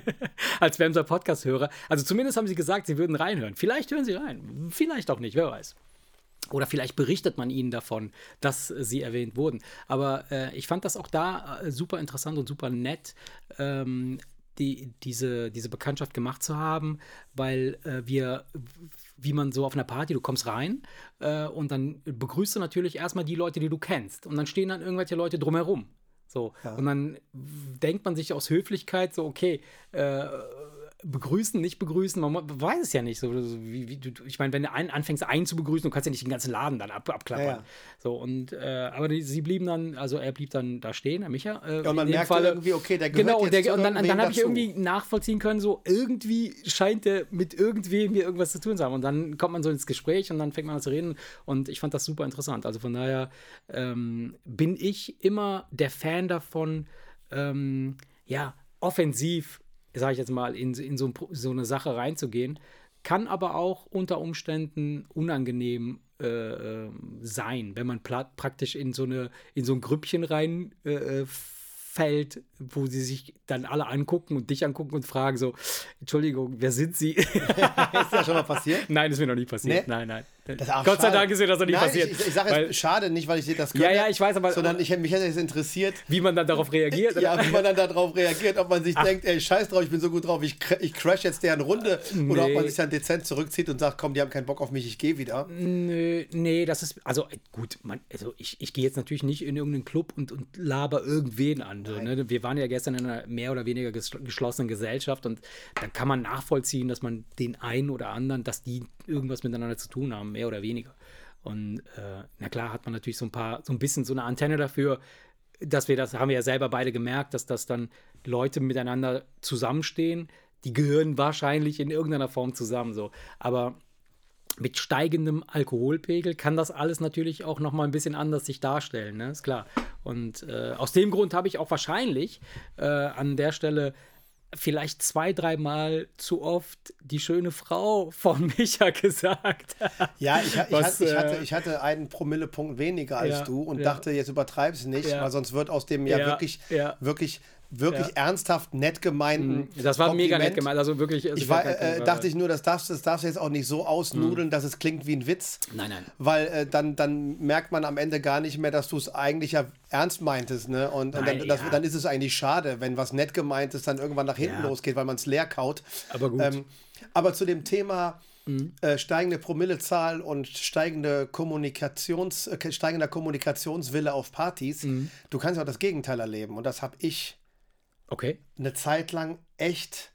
als Wemser Podcast-Hörer. Also zumindest haben sie gesagt, sie würden reinhören. Vielleicht hören sie rein, vielleicht auch nicht, wer weiß. Oder vielleicht berichtet man ihnen davon, dass sie erwähnt wurden. Aber äh, ich fand das auch da äh, super interessant und super nett, ähm, die, diese, diese Bekanntschaft gemacht zu haben, weil äh, wir, wie man so auf einer Party, du kommst rein äh, und dann begrüßt du natürlich erstmal die Leute, die du kennst. Und dann stehen dann irgendwelche Leute drumherum. So. Ja. Und dann denkt man sich aus Höflichkeit so, okay, äh, begrüßen, nicht begrüßen, man weiß es ja nicht. So, wie, wie, du, ich meine, wenn du einen anfängst, einen zu begrüßen, du kannst ja nicht den ganzen Laden dann ab, abklappern. Ja, ja. So, und, äh, aber die, sie blieben dann, also er blieb dann da stehen, der Micha. Äh,
ja, und man merkt irgendwie, okay, der gehört
genau,
jetzt
der,
zu
und dann, dann habe ich
dazu.
irgendwie nachvollziehen können, so irgendwie scheint der mit irgendwem hier irgendwas zu tun zu haben. Und dann kommt man so ins Gespräch und dann fängt man an zu reden und ich fand das super interessant. Also von daher ähm, bin ich immer der Fan davon, ähm, ja, offensiv, sage ich jetzt mal, in, in so, so eine Sache reinzugehen, kann aber auch unter Umständen unangenehm äh, sein, wenn man pla- praktisch in so, eine, in so ein Grüppchen rein äh, fällt, wo sie sich dann alle angucken und dich angucken und fragen so, Entschuldigung, wer sind Sie?
Ist das schon mal passiert?
Nein, ist mir noch nie passiert.
Nee?
Nein, nein.
Gott
schade. sei Dank ist mir das noch nie
Nein,
passiert.
Ich, ich, ich sage
weil,
jetzt schade, nicht, weil ich dir das könnte,
ja, ja, ich weiß, aber,
sondern ich, mich hätte es interessiert,
wie man dann darauf reagiert.
Ja, wie man dann darauf reagiert, ob man sich
Ach.
denkt, ey, scheiß drauf, ich bin so gut drauf, ich, ich crash jetzt deren Runde, nee. Oder ob man sich dann dezent zurückzieht und sagt, komm, die haben keinen Bock auf mich, ich gehe wieder.
Nö, nee, das ist, also gut, man, also ich, ich gehe jetzt natürlich nicht in irgendeinen Club und, und laber irgendwen an. So, ne? Wir waren ja gestern in einer mehr oder weniger geschlossenen Gesellschaft und da kann man nachvollziehen, dass man den einen oder anderen, dass die irgendwas miteinander zu tun haben, mehr oder weniger. Und äh, na klar hat man natürlich so ein paar, so ein bisschen so eine Antenne dafür, dass wir das, haben wir ja selber beide gemerkt, dass das dann Leute miteinander zusammenstehen, die gehören wahrscheinlich in irgendeiner Form zusammen so. Aber mit steigendem Alkoholpegel kann das alles natürlich auch nochmal ein bisschen anders sich darstellen, ne? Ist klar. Und äh, aus dem Grund habe ich auch wahrscheinlich äh, an der Stelle vielleicht zwei, dreimal zu oft die schöne Frau von Micha gesagt.
Ja, ich, ich,
Was,
hatte, ich,
äh,
hatte, ich hatte einen Promillepunkt weniger als
ja,
du und
ja.
dachte, jetzt übertreib's nicht,
Ja.
weil sonst wird aus dem ja,
Ja,
wirklich,
ja.
wirklich, wirklich
Ja.
ernsthaft nett gemeinten
Das war mega nett
Kompliment.
gemeint, also wirklich. Also
Ich war,
gar kein-
äh, dachte ich nur, das darfst, das darfst du jetzt auch nicht so ausnudeln, dass es klingt wie ein Witz.
Nein, nein.
Weil äh, dann, dann merkt man am Ende gar nicht mehr, dass du es eigentlich ja ernst meintest. Ne? Und, und
Nein,
dann, das,
ja.
dann ist es eigentlich schade, wenn was nett gemeint ist, dann irgendwann nach hinten
Ja.
losgeht, weil man es leer kaut.
Aber gut.
Ähm, aber zu dem Thema
Mhm.
äh, steigende Promillezahl und steigende Kommunikations, äh, steigender Kommunikationswille auf Partys,
Mhm.
du kannst auch das Gegenteil erleben. Und das habe ich
Okay.
eine Zeit lang echt.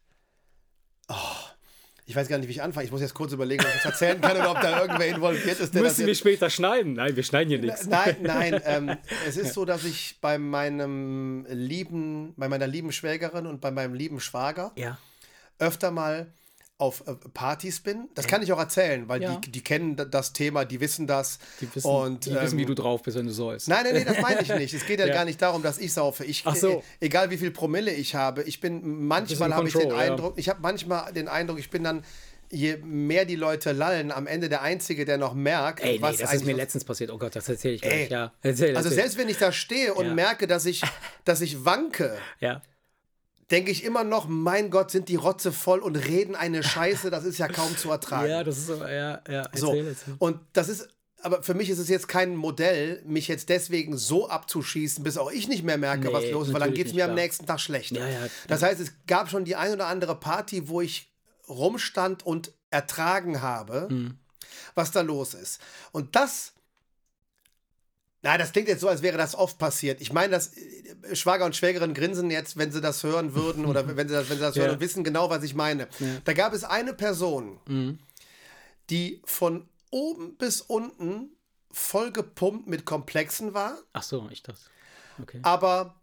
Oh, ich weiß gar nicht, wie ich anfange. Ich muss jetzt kurz überlegen, ob ich das erzählen kann oder ob da irgendwer involviert ist. Der das
Müssen wir
jetzt,
später schneiden? Nein, wir schneiden hier nichts.
nein, nein. Ähm, es ist so, dass ich bei meinem lieben, bei meiner lieben Schwägerin und bei meinem lieben Schwager
Ja.
öfter mal auf äh, Partys bin. Das kann ich auch erzählen, weil
Ja.
die, die kennen d- das Thema, die wissen das.
Die wissen,
und,
die wissen,
ähm,
wie du drauf bist, wenn du sollst.
Nein, nein, nein, das meine ich nicht. Es geht ja,
Ja.
gar nicht darum, dass ich saufe. Ich,
Ach so.
äh, egal wie viel Promille ich habe, ich bin manchmal habe ich den
Control, ja.
Eindruck, ich habe manchmal den Eindruck, ich bin dann, je mehr die Leute lallen, am Ende der Einzige, der noch merkt,
Ey, nee,
was
das ist mir
eigentlich-
letztens passiert. Oh Gott, das erzähle ich gleich.
Ey,
Ja, erzähl,
Also
erzähl.
selbst wenn ich da stehe und
Ja.
merke, dass ich, dass ich wanke,
Ja.
denke ich immer noch, mein Gott, sind die Rotze voll und reden eine Scheiße, das ist ja kaum zu ertragen.
Ja, das ist so, ja, ja, erzähl,
So,
erzähl.
und das ist, aber für mich ist es jetzt kein Modell, mich jetzt deswegen so abzuschießen, bis auch ich nicht mehr merke,
Nee,
was los ist, weil dann
natürlich
geht es
nicht,
mir am
klar.
nächsten Tag schlecht.
Ja, ja,
Das heißt, es gab schon die ein oder andere Party, wo ich rumstand und ertragen habe,
Hm.
was da los ist. Und das, na, das klingt jetzt so, als wäre das oft passiert. Ich meine, dass äh, Schwager und Schwägerin grinsen jetzt, wenn sie das hören würden oder wenn sie das, wenn sie das
Ja.
hören und wissen genau, was ich meine.
Ja.
Da gab es eine Person,
Mhm.
die von oben bis unten voll gepumpt mit Komplexen war,
Ach so, ich dachte. Okay.
aber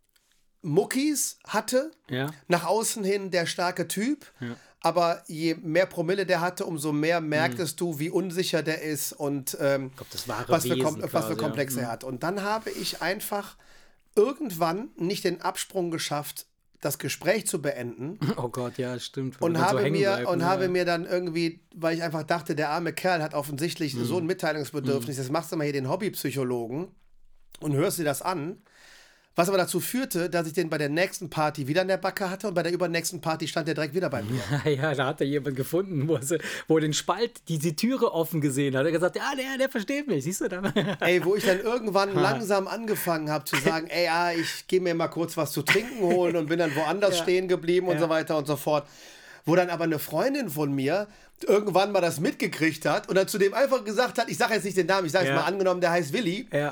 Muckis hatte,
Ja.
nach außen hin der starke Typ,
Ja.
aber je mehr Promille der hatte, umso mehr merktest du, wie unsicher der ist und ähm,
Ich glaube, das wahre
was, für
Wesen
Kom was
quasi,
für Komplexe
ja.
er hat. Und dann habe ich einfach irgendwann nicht den Absprung geschafft das Gespräch zu beenden.
Oh Gott, ja, stimmt.
Und, habe, so mir, bleibt, und ja. habe mir dann irgendwie, weil ich einfach dachte, der arme Kerl hat offensichtlich mhm. so ein Mitteilungsbedürfnis, mhm. jetzt machst du mal hier den Hobbypsychologen und hörst dir das an. Was aber dazu führte, dass ich den bei der nächsten Party wieder in der Backe hatte und bei der übernächsten Party stand der direkt wieder bei mir.
Ja, ja, da hat er jemanden gefunden, wo, er, wo er den Spalt, diese Türe offen gesehen hat. Er hat gesagt, ja, der, der versteht mich, siehst du da?
Ey, wo ich dann irgendwann langsam angefangen habe zu sagen, ey, ja, ich gehe mir mal kurz was zu trinken holen und bin dann woanders ja. stehen geblieben und ja. so weiter und so fort. Wo dann aber eine Freundin von mir irgendwann mal das mitgekriegt hat und dann zu dem einfach gesagt hat, ich sage jetzt nicht den Namen, ich sage ja. jetzt mal angenommen, der heißt Willi.
Ja.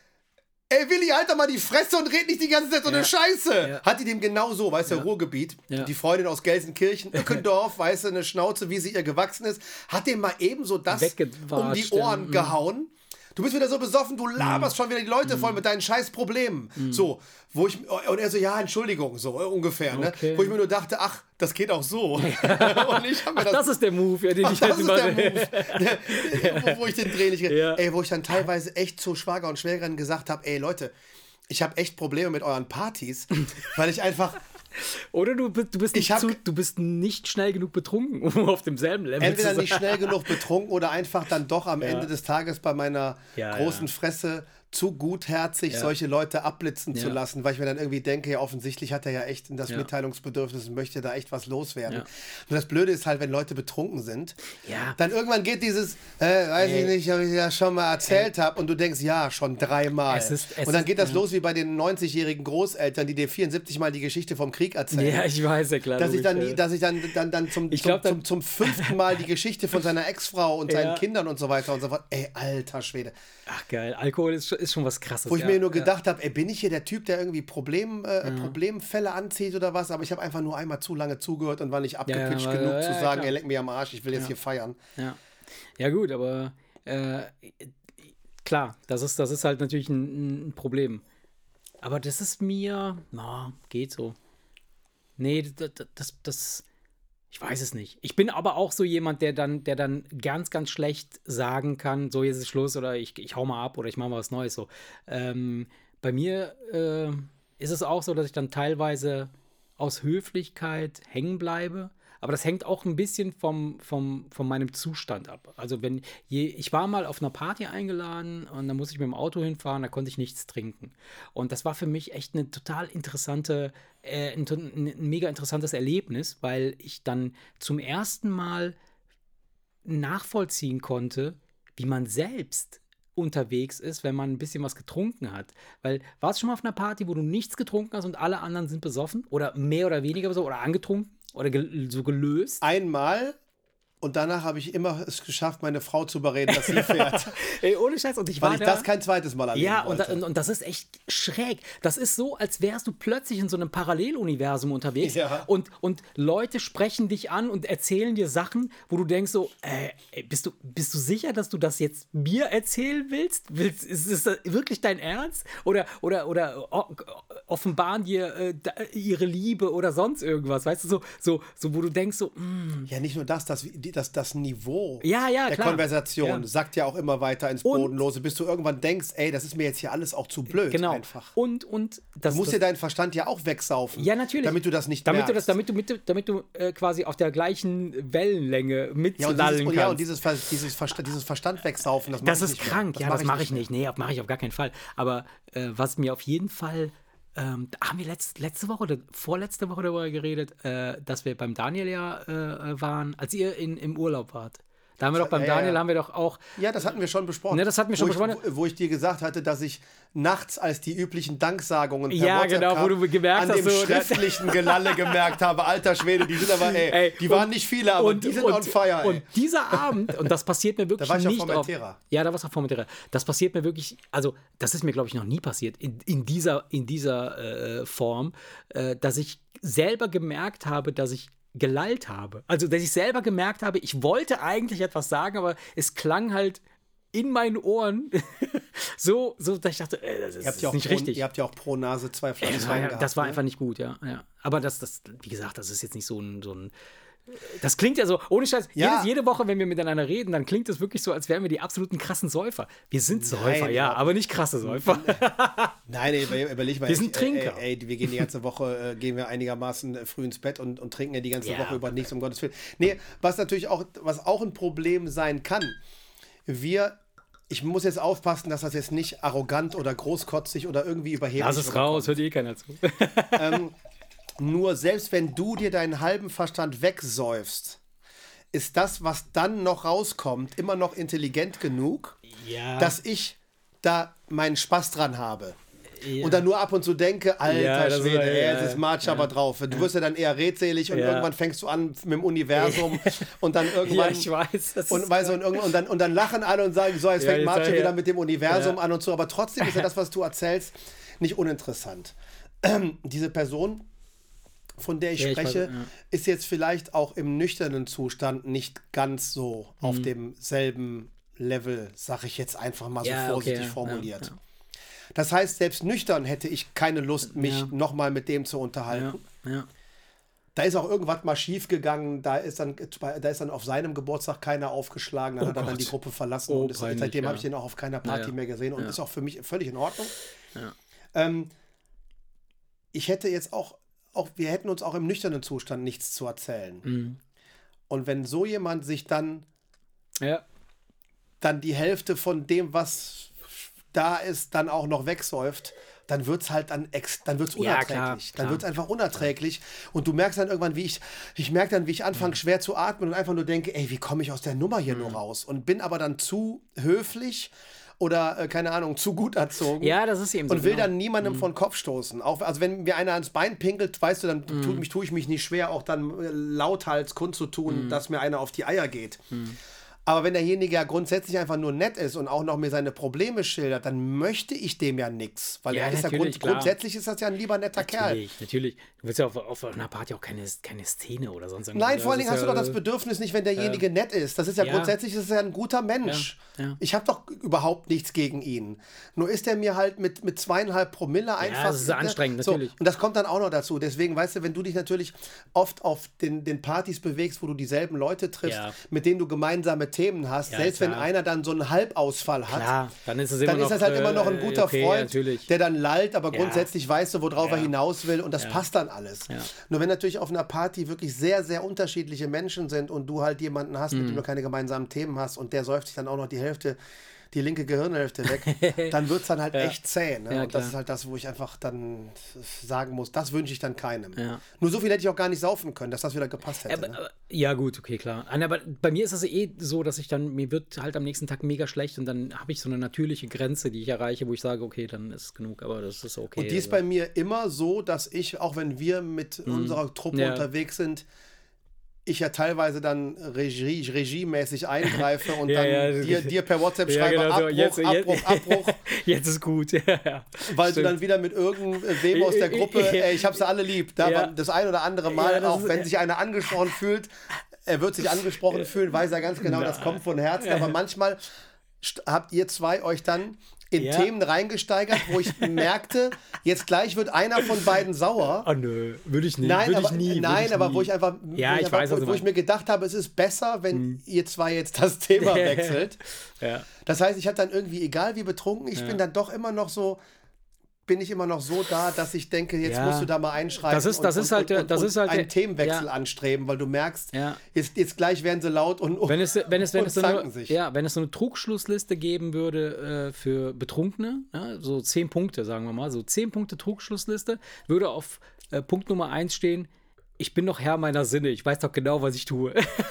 Ey, Willi, halt doch mal die Fresse und red nicht die ganze Zeit so eine ja. Scheiße. Ja. Hat die dem genau so, weißt du, ja. Ruhrgebiet, ja. die Freundin aus Gelsenkirchen, Ückendorf, weißt du, eine Schnauze, wie sie ihr gewachsen ist, hat dem mal ebenso das um die Ohren ja. gehauen. Du bist wieder so besoffen, du laberst mm. schon wieder die Leute mm. voll mit deinen scheiß Problemen. Mm. So, wo ich, und er so, ja, Entschuldigung, so ungefähr, okay. ne? Wo ich mir nur dachte, ach, das geht auch so. und ich hab mir
ach,
das,
das ist der Move, ja, den
ach,
ich
das
jetzt
ist
immer
der Move, wo, wo ich den Dreh nicht
ja.
ey, wo ich dann teilweise echt zu Schwager und Schwägerin gesagt habe, ey, Leute, ich habe echt Probleme mit euren Partys, weil ich einfach...
Oder du, du, bist nicht zu, du bist nicht schnell genug betrunken, um auf demselben Level
entweder
zu sein.
Nicht schnell genug betrunken oder einfach dann doch am ja. Ende des Tages bei meiner
ja,
großen
ja.
Fresse zu gutherzig ja. solche Leute abblitzen ja. zu lassen, weil ich mir dann irgendwie denke, ja, offensichtlich hat er ja echt das ja. Mitteilungsbedürfnis und möchte da echt was loswerden. Ja. Und das Blöde ist halt, wenn Leute betrunken sind,
ja.
dann irgendwann geht dieses, äh, weiß Ey. ich nicht, ob ich ja schon mal erzählt habe und du denkst, ja, schon dreimal. Es ist, es und dann geht das ist, los wie bei den neunzigjährigen Großeltern, die dir vierundsiebzig Mal die Geschichte vom Krieg erzählen.
Ja, ich weiß, ja klar.
Dass ich dann, nie, dass ich dann, dann, dann, zum, ich glaub, zum, zum, zum fünften Mal die Geschichte von seiner Ex-Frau und ja. seinen Kindern und so weiter und so fort. Ey, alter Schwede.
Ach geil, Alkohol ist, ist schon was Krasses.
Wo ich
ja,
mir nur gedacht
ja.
habe, ey, bin ich hier der Typ, der irgendwie Problem, äh, ja. Problemfälle anzieht oder was? Aber ich habe einfach nur einmal zu lange zugehört und war nicht abgepitcht ja, ja, genug ja, zu ja, sagen, ey, leck mir am Arsch, ich will jetzt hier feiern.
Ja, ja gut, aber äh, klar, das ist, das ist halt natürlich ein, ein Problem. Aber das ist mir, na, geht so. Nee, das, das, das ich weiß es nicht. Ich bin aber auch so jemand, der dann, der dann ganz, ganz schlecht sagen kann, so, jetzt ist Schluss oder ich, ich hau mal ab oder ich mache mal was Neues. So. Ähm, bei mir äh, ist es auch so, dass ich dann teilweise aus Höflichkeit hängen bleibe. Aber das hängt auch ein bisschen vom, vom, von meinem Zustand ab. Also wenn je, ich war mal auf einer Party eingeladen und da musste ich mit dem Auto hinfahren, da konnte ich nichts trinken. Und das war für mich echt eine total interessante, äh, ein, ein mega interessantes Erlebnis, weil ich dann zum ersten Mal nachvollziehen konnte, wie man selbst unterwegs ist, wenn man ein bisschen was getrunken hat. Weil, warst du schon mal auf einer Party, wo du nichts getrunken hast und alle anderen sind besoffen? Oder mehr oder weniger besoffen? Oder angetrunken? Oder gel- so gelöst?
Einmal. Und danach habe ich immer es geschafft, meine Frau zu überreden, dass sie fährt.
Ey, ohne Scheiß. Und ich
Weil
war
ich
da,
das kein zweites Mal erleben
ja,
wollte.
Ja, und, und das ist echt schräg. Das ist so, als wärst du plötzlich in so einem Paralleluniversum unterwegs. Ja. Und, und Leute sprechen dich an und erzählen dir Sachen, wo du denkst so, äh, bist du, bist du sicher, dass du das jetzt mir erzählen willst? willst ist, ist das wirklich dein Ernst? Oder, oder, oder offenbaren dir äh, ihre Liebe oder sonst irgendwas? Weißt du, so, so, so wo du denkst so, mm.
Ja, nicht nur das, das, das, das Niveau
ja, ja,
der
klar.
Konversation ja. sagt ja auch immer weiter ins Bodenlose, bis du irgendwann denkst, ey, das ist mir jetzt hier alles auch zu blöd.
Genau.
Einfach.
Und, und das,
du musst
das,
dir deinen Verstand ja auch wegsaufen.
Ja, natürlich.
Damit du das nicht
damit
merkst.
Du das, damit du, mit, damit du äh, quasi auf der gleichen Wellenlänge mitlallen
ja,
kannst.
Ja, und dieses, dieses, Verstand, dieses Verstand wegsaufen, das,
das
ist
nicht krank. Das ja, das mache ich nicht. Nee, mache ich auf gar keinen Fall. Aber äh, was mir auf jeden Fall Ähm, haben wir letzt, letzte Woche oder vorletzte Woche darüber geredet, äh, dass wir beim Daniel ja äh, waren, als ihr in, im Urlaub wart. Da haben wir doch beim äh, Daniel, haben wir doch auch...
Ja, das hatten wir schon besprochen.
Ne, das hatten wir schon
wo
besprochen.
Ich, wo ich dir gesagt hatte, dass ich nachts als die üblichen Danksagungen per
ja,
WhatsApp
genau,
kam,
wo du gemerkt
an
hast,
dem
so,
schriftlichen Gelalle gemerkt habe, alter Schwede, die sind aber, ey, ey die und, waren nicht viele, aber und, die sind
und,
on fire, ey.
Und dieser Abend, und das passiert mir wirklich
da war ich
nicht
auf Formentera.
Auf, ja, da war es auf Formentera. Das passiert mir wirklich, also das ist mir, glaube ich, noch nie passiert, in, in dieser, in dieser äh, Form, äh, dass ich selber gemerkt habe, dass ich gelallt habe. Also, dass ich selber gemerkt habe, ich wollte eigentlich etwas sagen, aber es klang halt in meinen Ohren so, so, dass ich dachte, äh, das ist,
ihr habt ja
ist nicht
pro,
richtig.
Ihr habt ja auch pro Nase zwei Flaschen
das war,
gehabt.
Das war
ne?
einfach nicht gut, ja, ja. Aber das, das, wie gesagt, das ist jetzt nicht so ein, so ein Das klingt ja so, ohne Scheiß,
Ja.
jedes, jede Woche, wenn wir miteinander reden, dann klingt es wirklich so, als wären wir die absoluten krassen Säufer. Wir sind Säufer,
Nein,
ja,
aber-
aber nicht krasse Säufer.
Nein, ey, über- überleg mal.
Wir sind
ich,
Trinker.
Ey, ey, wir gehen die ganze Woche, äh, gehen wir einigermaßen äh, früh ins Bett und, und trinken ja die ganze
Ja.
Woche über nichts, um Gottes Willen. Nee, was natürlich auch, was auch ein Problem sein kann, wir, ich muss jetzt aufpassen, dass das jetzt nicht arrogant oder großkotzig oder irgendwie überheblich
Lass es raus, hört eh keiner zu.
Nur selbst wenn du dir deinen halben Verstand wegsäufst, ist das, was dann noch rauskommt, immer noch intelligent genug,
Ja.
dass ich da meinen Spaß dran habe.
Ja.
Und dann nur ab und zu denke, alter
Ja, das ist-
Schwede, ey,
ja,
jetzt ist March aber drauf. Du wirst ja dann eher redselig und
Ja.
irgendwann fängst du an mit dem Universum und dann
ja,
irgendwann...
ich weiß. Das
Und,
ist,
weißt du, und, irgendwann- und, dann, und dann lachen alle und sagen, so, jetzt
Ja,
fängt
jetzt
March
sag-
wieder
ja.
mit dem Universum
Ja.
an und so. Aber trotzdem ist ja das, was du erzählst, nicht uninteressant. Diese Person, von der ich
Ja, ich
spreche,
weiß, ja.
ist jetzt vielleicht auch im nüchternen Zustand nicht ganz so
Mhm.
auf demselben Level, sag ich jetzt einfach mal so
Ja, okay,
vorsichtig
ja,
formuliert.
ja, ja.
Das heißt, selbst nüchtern hätte ich keine Lust, mich
Ja.
nochmal mit dem zu unterhalten.
Ja, ja.
Da ist auch irgendwas mal schief gegangen, da ist dann, da ist dann auf seinem Geburtstag keiner aufgeschlagen, dann
Oh
hat er dann
Gott.
die Gruppe verlassen
Oh,
und ist,
peinlich,
seitdem
ja.
habe ich den auch auf keiner Party
Ja, ja.
mehr gesehen und
Ja.
ist auch für mich völlig in Ordnung.
Ja.
Ähm, ich hätte jetzt auch, auch, wir hätten uns auch im nüchternen Zustand nichts zu erzählen.
Mhm.
Und wenn so jemand sich dann,
Ja.
dann die Hälfte von dem, was da ist, dann auch noch wegsäuft, dann wird es halt dann, ex, dann wird's
Ja,
unerträglich.
klar,
dann
klar.
wird es einfach unerträglich. Und du merkst dann irgendwann, wie ich, ich merke dann, wie ich anfange, schwer zu atmen und einfach nur denke, ey, wie komme ich aus der Nummer hier
Mhm.
nur raus? Und bin aber dann zu höflich oder, äh, keine Ahnung, zu gut erzogen.
Ja, das ist eben so.
Und will
genau.
dann niemandem
Mhm.
vor den Kopf stoßen. Auch, also wenn mir einer ans Bein pinkelt, weißt du, dann tue mich, tue ich mich nicht schwer, auch dann äh, lauthals kundzutun,
Mhm.
dass mir einer auf die Eier geht. Aber wenn derjenige ja grundsätzlich einfach nur nett ist und auch noch mir seine Probleme schildert, dann möchte ich dem ja nichts. Weil
Ja,
er ist ja
natürlich,
grund,
klar.
grundsätzlich ist das ja ein lieber netter Kerl.
Natürlich, natürlich. Du willst ja auf, auf einer Party auch keine, keine Szene oder sonst irgendwas.
Nein, vor allen
Das
Dingen
ist
hast du
ja-
doch das Bedürfnis nicht, wenn derjenige nett ist. Das ist ja,
Ja.
grundsätzlich ist er ja ein guter Mensch.
Ja, ja.
Ich habe doch überhaupt nichts gegen ihn. Nur ist er mir halt mit, mit zweieinhalb Promille einfach...
das ist anstrengend,
so,
natürlich.
Und das kommt dann auch noch dazu. Deswegen, weißt du, wenn du dich natürlich oft auf den, den Partys bewegst, wo du dieselben Leute triffst,
Ja.
mit denen du gemeinsame Themen hast,
Ja,
selbst wenn
klar.
einer dann so einen Halbausfall hat,
Klar, dann ist es immer
dann
noch,
ist das halt immer noch ein
äh,
guter
okay,
Freund,
natürlich.
der dann lallt, aber
Ja.
grundsätzlich weißt du, worauf
Ja.
er hinaus will und das
Ja.
passt dann alles.
Ja.
Nur wenn natürlich auf einer Party wirklich sehr, sehr unterschiedliche Menschen sind und du halt jemanden hast,
Mhm.
mit dem du keine gemeinsamen Themen hast und der säuft sich dann auch noch die Hälfte, die linke Gehirnhälfte weg, dann wird es dann halt
Ja.
echt zäh. Ne?
Ja,
und das
klar.
ist halt das, wo ich einfach dann sagen muss, das wünsche ich dann keinem.
Ja.
Nur so viel hätte ich auch gar nicht saufen können, dass das wieder gepasst hätte.
Aber,
ne?
aber, ja, gut, okay, klar. Nein, Aber bei mir ist es eh so, dass ich dann, mir wird halt am nächsten Tag mega schlecht und dann habe ich so eine natürliche Grenze, die ich erreiche, wo ich sage, okay, dann ist genug, aber das ist okay.
Und die ist
also.
bei mir immer so, dass ich, auch wenn wir mit unserer Truppe
Mhm. Ja.
unterwegs sind, ich ja teilweise dann regie, regiemäßig eingreife und
Ja,
dann
ja,
dir, dir per WhatsApp
Ja,
schreibe,
genau so.
Abbruch,
Jetzt-
Abbruch,
jetzt-
Abbruch,
Jetzt ist gut, ja, ja.
weil
Stimmt.
du dann wieder mit irgendwem aus der Gruppe, ey, ich hab sie alle lieb, da
Ja.
war das ein oder andere Mal,
Ja, das
auch
ist-
wenn sich einer angesprochen fühlt, er wird sich angesprochen fühlen, weiß er ganz genau, das kommt von Herzen, aber manchmal st- habt ihr zwei euch dann in
Ja.
Themen reingesteigert, wo ich merkte, jetzt gleich wird einer von beiden sauer.
Oh nö, würde ich nicht.
Nein,
würde
aber,
ich nie. würde
nein
ich
aber
nie.
wo ich einfach,
Ja,
wo,
ich
einfach
weiß, was
wo,
du
wo ich
meinst.
mir gedacht habe, es ist besser, wenn ihr zwei jetzt das Thema wechselt.
Ja.
Das heißt, ich habe dann irgendwie, egal wie betrunken ich
Ja.
bin, dann doch immer noch so, bin ich immer noch so da, dass ich denke, jetzt
Ja.
musst du da mal einschreiben
Das ist- das ist halt der- das ist halt
einen
der-
Themenwechsel
ja.
anstreben, weil du merkst,
Ja.
jetzt, jetzt gleich werden sie laut und,
Wenn es, wenn es, wenn
und
es so eine,
zanken sich.
ja, wenn es so eine Trugschlussliste geben würde äh, für Betrunkene, ja, so zehn Punkte, sagen wir mal, so zehn Punkte Trugschlussliste, würde auf äh, Punkt Nummer eins stehen, ich bin doch Herr meiner Sinne, ich weiß doch genau, was ich tue.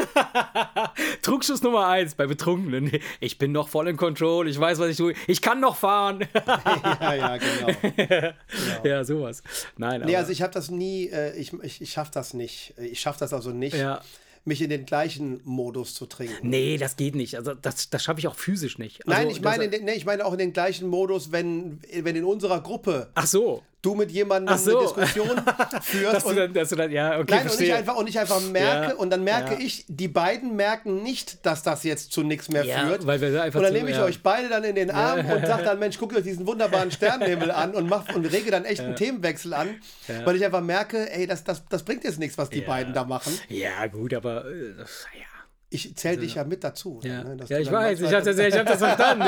Trugschluss Nummer eins bei Betrunkenen, ich bin noch voll in Control, ich weiß, was ich tue, ich kann noch fahren.
ja, ja, genau.
Ja, sowas. Nein, aber,
Nee, also ich habe das nie, äh, ich, ich, ich schaffe das nicht. Ich schaffe das also nicht,
ja.
mich in den gleichen Modus zu trinken.
Nee, das geht nicht. Also das, das schaffe ich auch physisch nicht. Also,
Nein, ich meine,
das,
in den, nee, ich meine auch in den gleichen Modus, wenn, wenn in unserer Gruppe
ach so.
du mit jemandem
so.
eine Diskussion führst.
dass,
und,
du dann, dass du dann, ja, okay,
nein, und ich, einfach, und ich einfach merke,
ja,
und dann merke
ja.
ich, die beiden merken nicht, dass das jetzt zu nichts mehr
ja,
führt.
Weil wir da einfach
und dann
zu,
nehme ich
ja.
euch beide dann in den Arm
Ja.
und sage dann, Mensch, guckt euch diesen wunderbaren Sternenhimmel an und, mach, und rege dann echt einen Themenwechsel an,
Ja.
weil ich einfach merke, ey, das, das, das bringt jetzt nichts, was die
Ja.
beiden da machen.
Ja, gut, aber äh, ja.
Ich zähle dich ja mit dazu.
Ja,
ne, dass
ja
du
ich
dann
weiß, ich
manchmal-
habe das, ich hab das verstanden,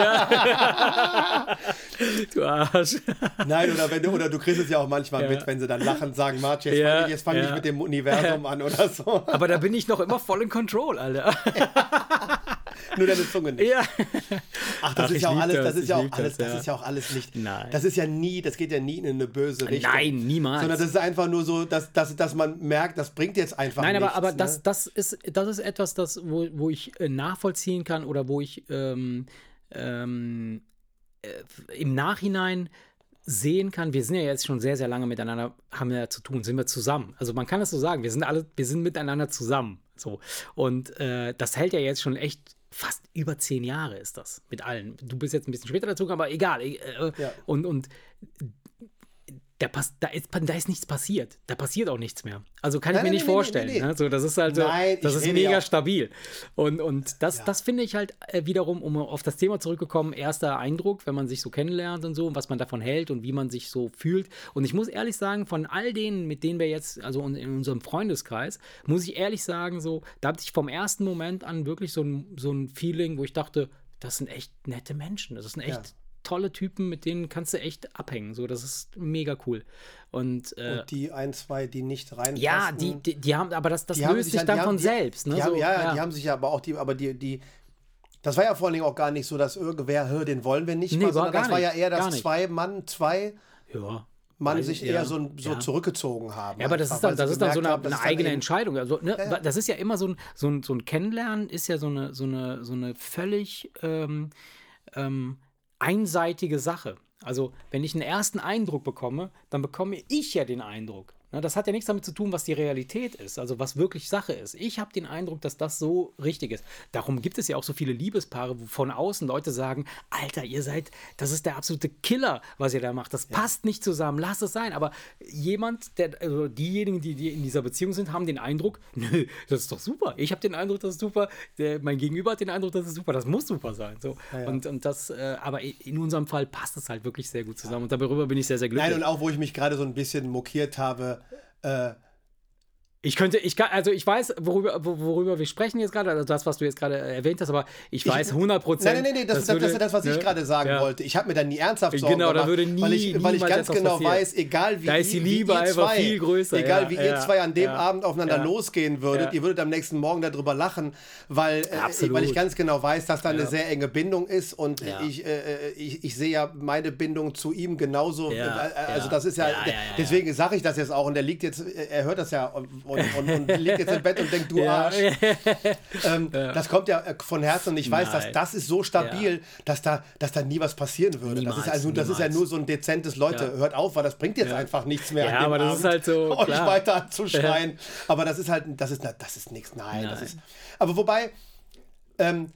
ja. Du Arsch.
Nein, oder, wenn du, oder du kriegst es ja auch manchmal
Ja.
mit, wenn sie dann lachen, sagen, Marc, jetzt
Ja,
fange ich, jetzt fang
ja.
ich mit dem Universum an oder so.
Aber da bin ich noch immer voll in Control, Alter.
Nur deine Zunge nicht.
Ja.
Ach, das
Ach,
ist
ich
ja auch
lieb
alles,
das,
das ist
ich
ja auch
lieb
alles,
das,
das
ja.
ist ja auch alles nicht.
Nein.
Das ist ja nie, das geht ja nie in eine böse Richtung.
Nein, niemals.
Sondern das ist einfach nur so, dass, dass, dass man merkt, das bringt jetzt einfach
Nein,
nichts.
aber, aber
ne?
das, das, ist, das ist etwas, das, wo, wo ich äh, nachvollziehen kann oder wo ich ähm, ähm, äh, im Nachhinein sehen kann, wir sind ja jetzt schon sehr, sehr lange miteinander, haben wir ja zu tun, sind wir zusammen. Also man kann das so sagen, wir sind alle, wir sind miteinander zusammen. So. Und äh, das hält ja jetzt schon echt fast über zehn Jahre ist das mit allen. Du bist jetzt ein bisschen später dazu, aber egal. Äh,
Ja.
Und, und da, pass, da, ist, da ist nichts passiert. Da passiert auch nichts mehr. Also kann
Nein,
ich mir
nein,
nicht
nein,
vorstellen.
nein, nein, nein.
Ne? So, das ist halt so,
Nein,
das
ich
ist
rede
mega
ja auch-
stabil. Und, und das,
Ja.
das finde ich halt äh, wiederum, um auf das Thema zurückgekommen, erster Eindruck, wenn man sich so kennenlernt und so und was man davon hält und wie man sich so fühlt. Und ich muss ehrlich sagen, von all denen, mit denen wir jetzt, also in unserem Freundeskreis, muss ich ehrlich sagen, so, da hatte ich vom ersten Moment an wirklich so ein, so ein Feeling, wo ich dachte, das sind echt nette Menschen. Das sind echt
Ja.
tolle Typen, mit denen kannst du echt abhängen. So, das ist mega cool. Und, äh,
Und die ein, zwei, die nicht reinpassen.
ja, die, die, die haben, aber das, das
die haben
löst sich
ja-
dann
die
von
haben, die,
selbst. Ne?
Die haben,
so,
ja, ja,
ja.
die haben sich ja aber auch die, aber die, die, das war ja vor allen Dingen auch gar nicht so, dass irgendwer, hör, den wollen wir nicht
Nee,
mal,
war
sondern
gar
das war ja
nicht,
eher,
gar
dass
nicht.
zwei Mann, zwei
ja.
Mann
Weiß
sich
ich,
eher
ja.
so, so
Ja.
zurückgezogen haben.
Ja, aber das
einfach,
ist dann,
weil sie
das ist dann so
gemerkt
eine,
haben, das
eine
ist dann
eigene
eben-
Entscheidung. Also, ne,
Ja, ja.
Das ist ja immer so ein, so ein, so ein Kennenlernen, ist ja so eine, so eine, so eine völlig ähm, ähm, einseitige Sache. Also, wenn ich einen ersten Eindruck bekomme, dann bekomme ich ja den Eindruck. Ne, das hat ja nichts damit zu tun, was die Realität ist, also was wirklich Sache ist. Ich habe den Eindruck, dass das so richtig ist. Darum gibt es ja auch so viele Liebespaare, wo von außen Leute sagen, Alter, ihr seid, das ist der absolute Killer, was ihr da macht. Das passt nicht zusammen, lasst es sein. Aber jemand, der, also diejenigen, die, die in dieser Beziehung sind, haben den Eindruck, nö, das ist doch super. Ich habe den Eindruck, das ist super. Der, mein Gegenüber hat den Eindruck, das ist super. Das muss super sein. So.
Ja, ja.
Und, und das, äh, aber in unserem Fall passt es halt wirklich sehr gut zusammen. Und darüber bin ich sehr, sehr glücklich.
Nein, und auch, wo ich mich gerade so ein bisschen mokiert habe, äh,
Ich könnte, ich kann, also ich weiß, worüber, wo- worüber wir sprechen jetzt gerade, also das, was du jetzt gerade erwähnt hast, aber ich weiß hundert Prozent.
Nein, nein, nein, das, das, das ist das, was ich gerade sagen
ja.
wollte. Ich habe mir dann nie ernsthaft Sorgen
Genau, da
gemacht,
würde nie-
weil ich, weil ich
niemals
ganz
etwas
genau
passieren.
weiß, egal wie,
Da ist die
wie- wie
Liebe
ihr
einfach
zwei,
viel größer,
egal
ja,
wie ihr
ja,
zwei an dem
ja,
Abend aufeinander
ja.
losgehen würdet,
Ja.
ihr würdet am nächsten Morgen darüber lachen, weil, äh,
Absolut.
weil ich ganz genau weiß, dass da eine
Ja.
sehr enge Bindung ist und
Ja.
ich, äh, ich, ich sehe ja meine Bindung zu ihm genauso.
Ja,
äh, also
ja.
das ist ja,
Ja, ja, ja,
deswegen sage ich das jetzt auch und der liegt jetzt, er hört das ja und, und, und, und liegt jetzt im Bett und denkt, du
Ja.
Arsch. Ähm, Das kommt ja äh, von Herzen und ich weiß, dass
Nein.
das ist so stabil, dass, da, dass da nie was passieren würde.
Niemals,
das ist, also, das ist ja
niemals.
nur so ein dezentes, Leute,
Ja.
hört auf, weil das bringt jetzt
Ja.
einfach nichts mehr.
Ja,
an dem
aber das
Abend,
ist halt so,
euch
klar.
weiter anzuschreien. Aber das ist halt, das ist, na, das ist nichts. Nein, das
Nein.
ist. Aber wobei, ähm,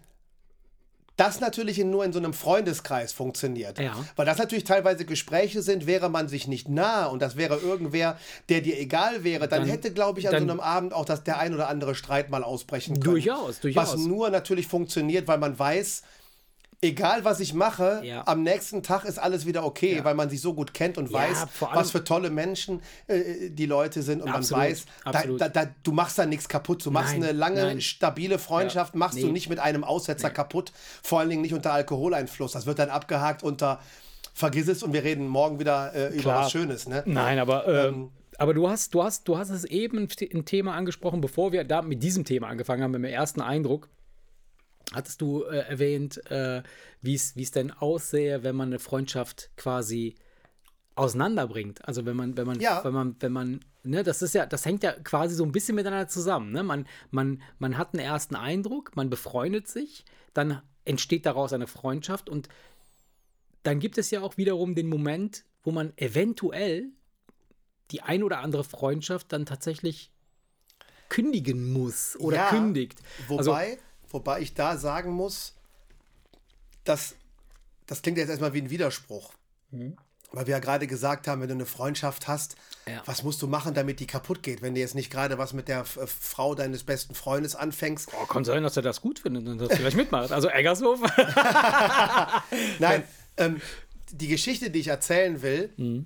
das natürlich in, nur in so einem Freundeskreis funktioniert.
Ja.
Weil das natürlich teilweise Gespräche sind, wäre man sich nicht nah und das wäre irgendwer, der dir egal wäre, dann,
Dann-
hätte, glaube ich, an
dann-
so einem Abend auch das, der ein oder andere Streit mal ausbrechen können.
Durchaus, durchaus.
Was nur natürlich funktioniert, weil man weiß, egal was ich mache,
Ja.
am nächsten Tag ist alles wieder okay,
Ja.
weil man sich so gut kennt und
Ja,
weiß,
vor allem-
was für tolle Menschen äh, die Leute sind und
Absolut,
man weiß, da,
absolut.
da, da, du machst da nichts kaputt. Du machst
Nein,
eine lange,
nein.
stabile Freundschaft,
Ja,
machst du
nee.
nicht mit einem Aussetzer kaputt, vor allen Dingen nicht unter Alkoholeinfluss. Das wird dann abgehakt unter vergiss es und wir reden morgen wieder äh, über
Klar.
was Schönes. Ne?
Nein, aber, ähm,
Ähm,
aber du hast, du hast, du hast es eben ein, ein Thema angesprochen, bevor wir da mit diesem Thema angefangen haben, mit dem ersten Eindruck. Hattest du äh, erwähnt, äh, wie es denn aussähe, wenn man eine Freundschaft quasi auseinanderbringt. Also wenn man, wenn man,
Ja.
wenn man, wenn man, ne, das ist ja, das hängt ja quasi so ein bisschen miteinander zusammen. Ne? Man, man, man hat einen ersten Eindruck, man befreundet sich, dann entsteht daraus eine Freundschaft und dann gibt es ja auch wiederum den Moment, wo man eventuell die ein oder andere Freundschaft dann tatsächlich kündigen muss oder
Ja,
kündigt. Also,
Wobei, wobei ich da sagen muss, dass das klingt jetzt erstmal wie ein Widerspruch. weil wir ja gerade gesagt haben, wenn du eine Freundschaft hast,
Ja.
was musst du machen, damit die kaputt geht? Wenn du jetzt nicht gerade was mit der F- Frau deines besten Freundes anfängst.
Oh, kann sein, dass er das gut findet und das vielleicht mitmacht. Also Eggershof.
Nein, ähm, die Geschichte, die ich erzählen will,
Mhm.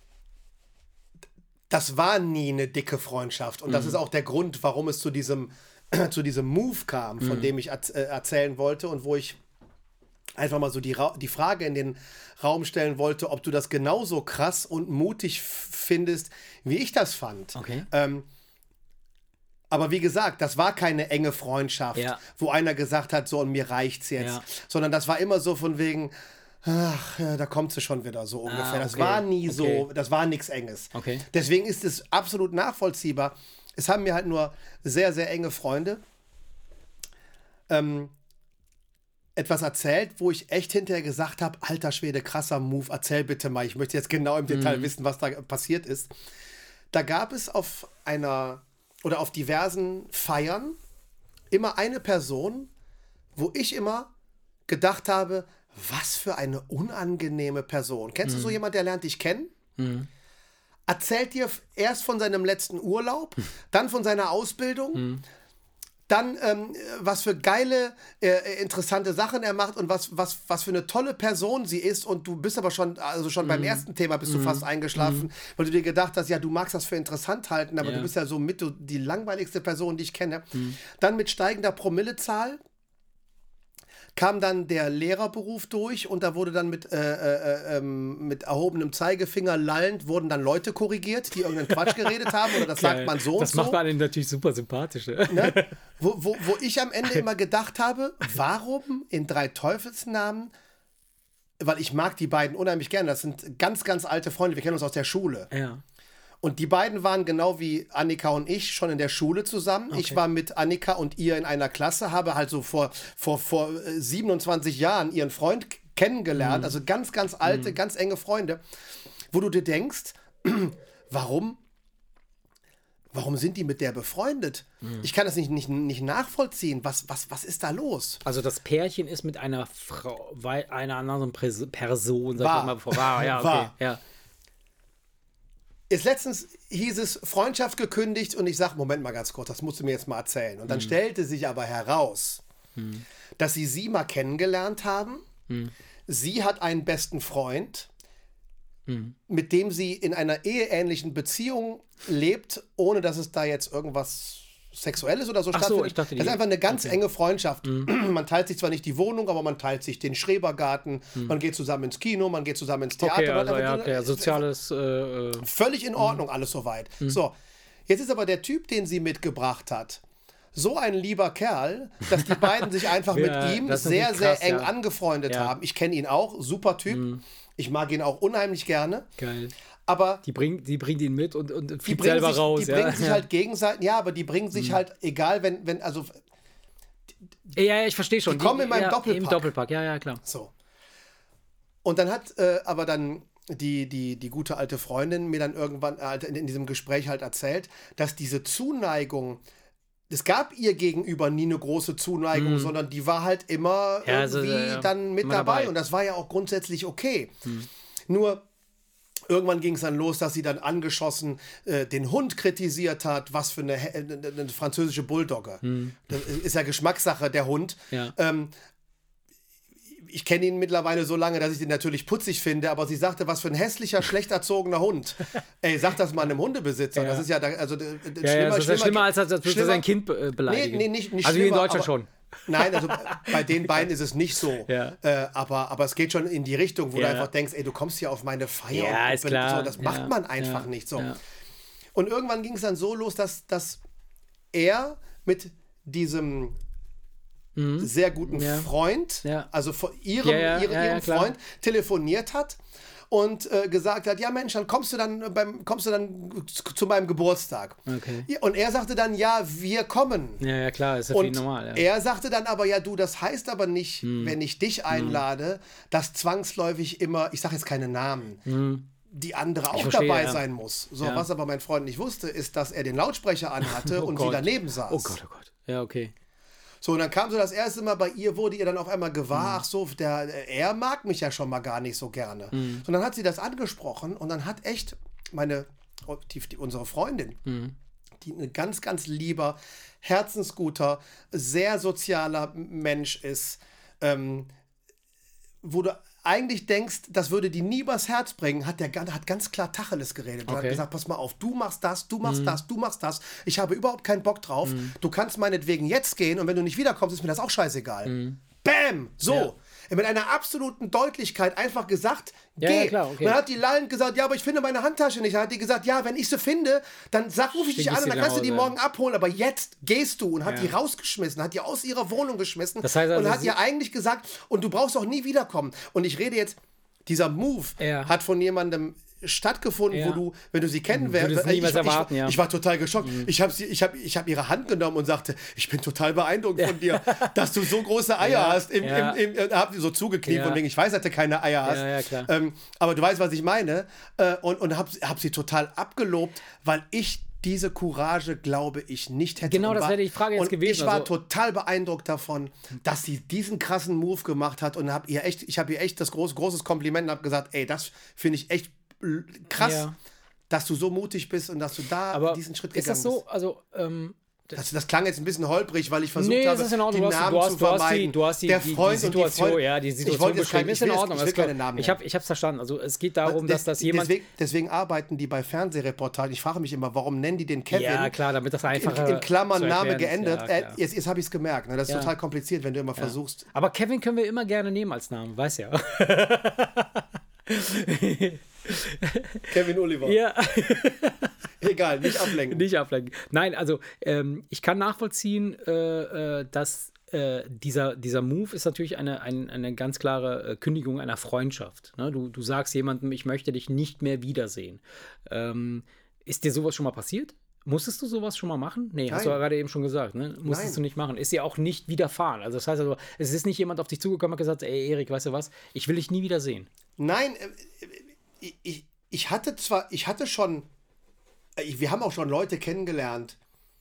das war nie eine dicke Freundschaft. Und das ist auch der Grund, warum es zu diesem, zu diesem Move kam, von dem ich erz- äh, erzählen wollte und wo ich einfach mal so die, Ra- die Frage in den Raum stellen wollte, ob du das genauso krass und mutig f- findest, wie ich das fand.
Okay.
Ähm, aber wie gesagt, das war keine enge Freundschaft,
Ja.
wo einer gesagt hat, so und mir reicht's jetzt.
Ja.
Sondern das war immer so von wegen, ach, ja, da kommt sie schon wieder so ungefähr.
Ah,
Das
okay.
war nie so,
Okay.
das war nichts Enges.
Okay.
Deswegen ist es absolut nachvollziehbar. Es haben mir halt nur sehr, sehr enge Freunde ähm, etwas erzählt, wo ich echt hinterher gesagt habe, alter Schwede, krasser Move, erzähl bitte mal. Ich möchte jetzt genau im Detail wissen, was da passiert ist. Da gab es auf einer oder auf diversen Feiern immer eine Person, wo ich immer gedacht habe, was für eine unangenehme Person. Kennst du so jemand, der lernt dich kennen? Erzählt dir f- erst von seinem letzten Urlaub, dann von seiner Ausbildung, dann ähm, was für geile, äh, interessante Sachen er macht und was, was, was für eine tolle Person sie ist und du bist aber schon, also schon beim ersten Thema bist du fast eingeschlafen, weil du dir gedacht hast, ja, du magst das für interessant halten, aber
Ja.
du bist ja so mit du- die langweiligste Person, die ich kenne. Dann mit steigender Promillezahl kam dann der Lehrerberuf durch und da wurde dann mit, äh, äh, ähm, mit erhobenem Zeigefinger lallend, wurden dann Leute korrigiert, die irgendeinen Quatsch geredet haben oder das sagt
Geil.
man so
Das
und so.
macht man einen natürlich super sympathisch. Ne?
Ne? Wo, wo, wo ich am Ende immer gedacht habe, warum in drei Teufelsnamen, weil ich mag die beiden unheimlich gerne, das sind ganz, ganz alte Freunde, wir kennen uns aus der Schule.
Ja.
Und die beiden waren genau wie Annika und ich schon in der Schule zusammen. Ich war mit Annika und ihr in einer Klasse, habe halt so vor, vor, vor äh, siebenundzwanzig Jahren ihren Freund k- kennengelernt. Also ganz, ganz alte, ganz enge Freunde, wo du dir denkst, warum, warum sind die mit der befreundet? Ich kann das nicht, nicht, nicht nachvollziehen. Was, was, was ist da los?
Also das Pärchen ist mit einer Frau, weil einer anderen Pres- Person, sag
War.
ich mal bevor. War, ja, okay.
War.
Ja.
Ist letztens hieß es Freundschaft gekündigt und ich sag, Moment mal ganz kurz, das musst du mir jetzt mal erzählen. Und dann stellte sich aber heraus, dass sie sie mal kennengelernt haben. Sie hat einen besten Freund, mit dem sie in einer eheähnlichen Beziehung lebt, ohne dass es da jetzt irgendwas Sexuelles oder so
Ach so,
stattfindet.
ich dachte,
das ist
die-
einfach eine ganz
okay.
enge Freundschaft. Man teilt sich zwar nicht die Wohnung, aber man teilt sich den Schrebergarten, man geht zusammen ins Kino, man geht zusammen ins Theater.
Okay, also
Man-
ja, okay. Soziales, äh, äh,
Völlig in Ordnung, alles soweit. So, jetzt ist aber der Typ, den sie mitgebracht hat, so ein lieber Kerl, dass die beiden sich einfach
Ja,
mit ihm
das ist
sehr,
natürlich krass,
sehr eng
ja.
angefreundet
Ja.
haben. Ich kenne ihn auch, super Typ. Ich mag ihn auch unheimlich gerne.
geil.
Aber
Die bringt, die bringt ihn mit und, und
die
fliegt
bringen
selber
sich,
raus.
die
ja.
bringen sich halt gegenseitig, ja, aber die bringen sich halt, egal, wenn, wenn, also
ja, ja, ich verstehe schon.
Die kommen in meinem
ja,
Doppelpack.
Im Doppelpack, ja, ja, klar.
so. Und dann hat äh, aber dann die, die, die gute alte Freundin mir dann irgendwann äh, in, in diesem Gespräch halt erzählt, dass diese Zuneigung, es gab ihr gegenüber nie eine große Zuneigung, sondern die war halt immer
Ja, also,
irgendwie
ja,
dann mit
immer
dabei.
dabei.
Und das war ja auch grundsätzlich okay. Nur irgendwann ging es dann los, dass sie dann angeschossen äh, den Hund kritisiert hat, was für eine, He- eine, eine französische Bulldogge. Das ist ja Geschmackssache, der Hund.
Ja.
Ähm, ich kenne ihn mittlerweile so lange, dass ich den natürlich putzig finde, aber sie sagte, was für ein hässlicher, schlecht erzogener Hund. Ey, sag das mal einem Hundebesitzer.
Ja.
Das ist ja, da, also, äh,
Ja, ja, das ist ja schlimmer, als als würdest du
schlimmer-
sein Kind be- äh, beleidigen.
Nee, nee, nicht, nicht
also wie in
schlimmer,
Deutschland
aber-
schon.
Nein, also bei den beiden ist es nicht so.
Ja.
Äh, aber, aber es geht schon in die Richtung, wo
Ja.
du einfach denkst, ey, du kommst hier auf meine Feier.
Ja,
und,
ist klar.
So, das macht
Ja,
man einfach
ja,
nicht so.
ja.
Und irgendwann ging es dann so los, dass, dass er mit diesem sehr guten
Mhm. Ja.
Freund,
Ja.
also von ihrem,
Ja, ja,
ihrem,
ja, ja,
ihrem
klar.
Freund, telefoniert hat und äh, gesagt hat, ja Mensch, dann kommst du dann beim, kommst du dann zu, zu meinem Geburtstag.
Okay.
Ja, und er sagte dann, ja, wir kommen.
Ja, ja, klar, ist ja für ihn
Und
normal. Ja.
er sagte dann aber, ja du, das heißt aber nicht,
Hm.
wenn ich dich einlade, dass zwangsläufig immer, ich sage jetzt keine Namen, die andere auch
verstehe,
dabei
ja.
sein muss. So,
Ja.
was aber mein Freund nicht wusste, ist, dass er den Lautsprecher anhatte
Oh
und
Gott.
sie daneben saß.
Oh Gott, oh Gott. Ja, okay.
So, und dann kam so das erste Mal bei ihr, wurde ihr dann auf einmal gewahr, mhm. ach so, der, er mag mich ja schon mal gar nicht so gerne. Mhm. Und dann hat sie das angesprochen und dann hat echt meine, die, die, unsere Freundin, mhm. die ein ganz, ganz lieber, herzensguter, sehr sozialer Mensch ist, ähm, wo du eigentlich denkst, das würde die nie übers Herz bringen, hat der hat ganz klar Tacheles geredet. Und okay. hat gesagt, pass mal auf, du machst das, du machst mm. das, du machst das. Ich habe überhaupt keinen Bock drauf. Mm. Du kannst meinetwegen jetzt gehen und wenn du nicht wiederkommst, ist mir das auch scheißegal. Mm. Bäm! So. Ja. Mit einer absoluten Deutlichkeit einfach gesagt,
ja,
geh.
Ja, klar, okay.
Dann hat die lallend gesagt, ja, aber ich finde meine Handtasche nicht. Dann hat die gesagt, ja, wenn ich sie finde, dann sag, ruf ich dich an und dann kannst du die morgen abholen. Aber jetzt gehst du und hat ja. die rausgeschmissen, hat die aus ihrer Wohnung geschmissen
das heißt also,
und hat ihr eigentlich gesagt, und du brauchst auch nie wiederkommen. Und ich rede jetzt, dieser Move ja. hat von jemandem stattgefunden, ja. wo du, wenn du sie kennen wärst,
ich,
ich,
erwarten,
ich,
ja.
ich war total geschockt. Mhm. Ich habe ich hab, ich hab ihre Hand genommen und sagte, ich bin total beeindruckt von dir, dass du so große Eier ja. hast. Im, ja. im, im, hab sie so zugekniet ja. von wegen, ich weiß, dass du keine Eier hast.
Ja, ja, klar.
Ähm, aber du weißt, was ich meine. Äh, und und habe hab sie total abgelobt, weil ich diese Courage, glaube ich, nicht hätte.
Genau, das wäre die Frage jetzt
und
gewesen.
Ich war
also
total beeindruckt davon, dass sie diesen krassen Move gemacht hat und hab ihr echt, ich habe ihr echt das groß, großes Kompliment und habe gesagt, ey, das finde ich echt krass, ja. dass du so mutig bist und dass du da
aber
diesen Schritt gegangen bist.
Ist das so? Also, ähm,
das, das klang jetzt ein bisschen holprig, weil ich versucht
nee,
habe, die
du hast,
Namen
du hast,
zu vermeiden.
Du hast die,
der
die,
Freund
die Situation,
und die Freund,
ja, die Situation beschrieben, ist in Ordnung.
Ich will keine Namen
Ich habe es verstanden. Also es geht darum,
Des,
dass das jemand...
Deswegen, deswegen arbeiten die bei Fernsehreportagen. Ich frage mich immer, warum nennen die den Kevin?
Ja, klar, damit das einfach
in, in Klammern Name geändert.
Ja,
äh, jetzt jetzt habe ich es gemerkt. Ne? Das ist ja. total kompliziert, wenn du immer ja. versuchst.
Aber Kevin können wir immer gerne nehmen als Namen, weiß ja.
Kevin Oliver.
Ja.
Egal, nicht ablenken.
Nicht ablenken. Nein, also ähm, ich kann nachvollziehen, äh, äh, dass äh, dieser, dieser Move ist natürlich eine, eine, eine ganz klare äh, Kündigung einer Freundschaft. Ne? Du, du sagst jemandem, ich möchte dich nicht mehr wiedersehen. Ähm, ist dir sowas schon mal passiert? Musstest du sowas schon mal machen? Nee, Nein. hast du ja gerade eben schon gesagt. Ne? Musstest Nein. du nicht machen. Ist dir auch nicht widerfahren. Also das heißt also, es ist nicht jemand auf dich zugekommen und gesagt, ey Erik, weißt du was, ich will dich nie wiedersehen.
Nein, äh, ich, ich hatte zwar, ich hatte schon, wir haben auch schon Leute kennengelernt,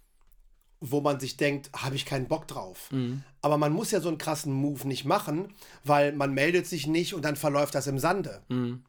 wo man sich denkt, habe ich keinen Bock drauf. Mhm. Aber man muss ja so einen krassen Move nicht machen, weil man meldet sich nicht und dann verläuft das im Sande. Mhm.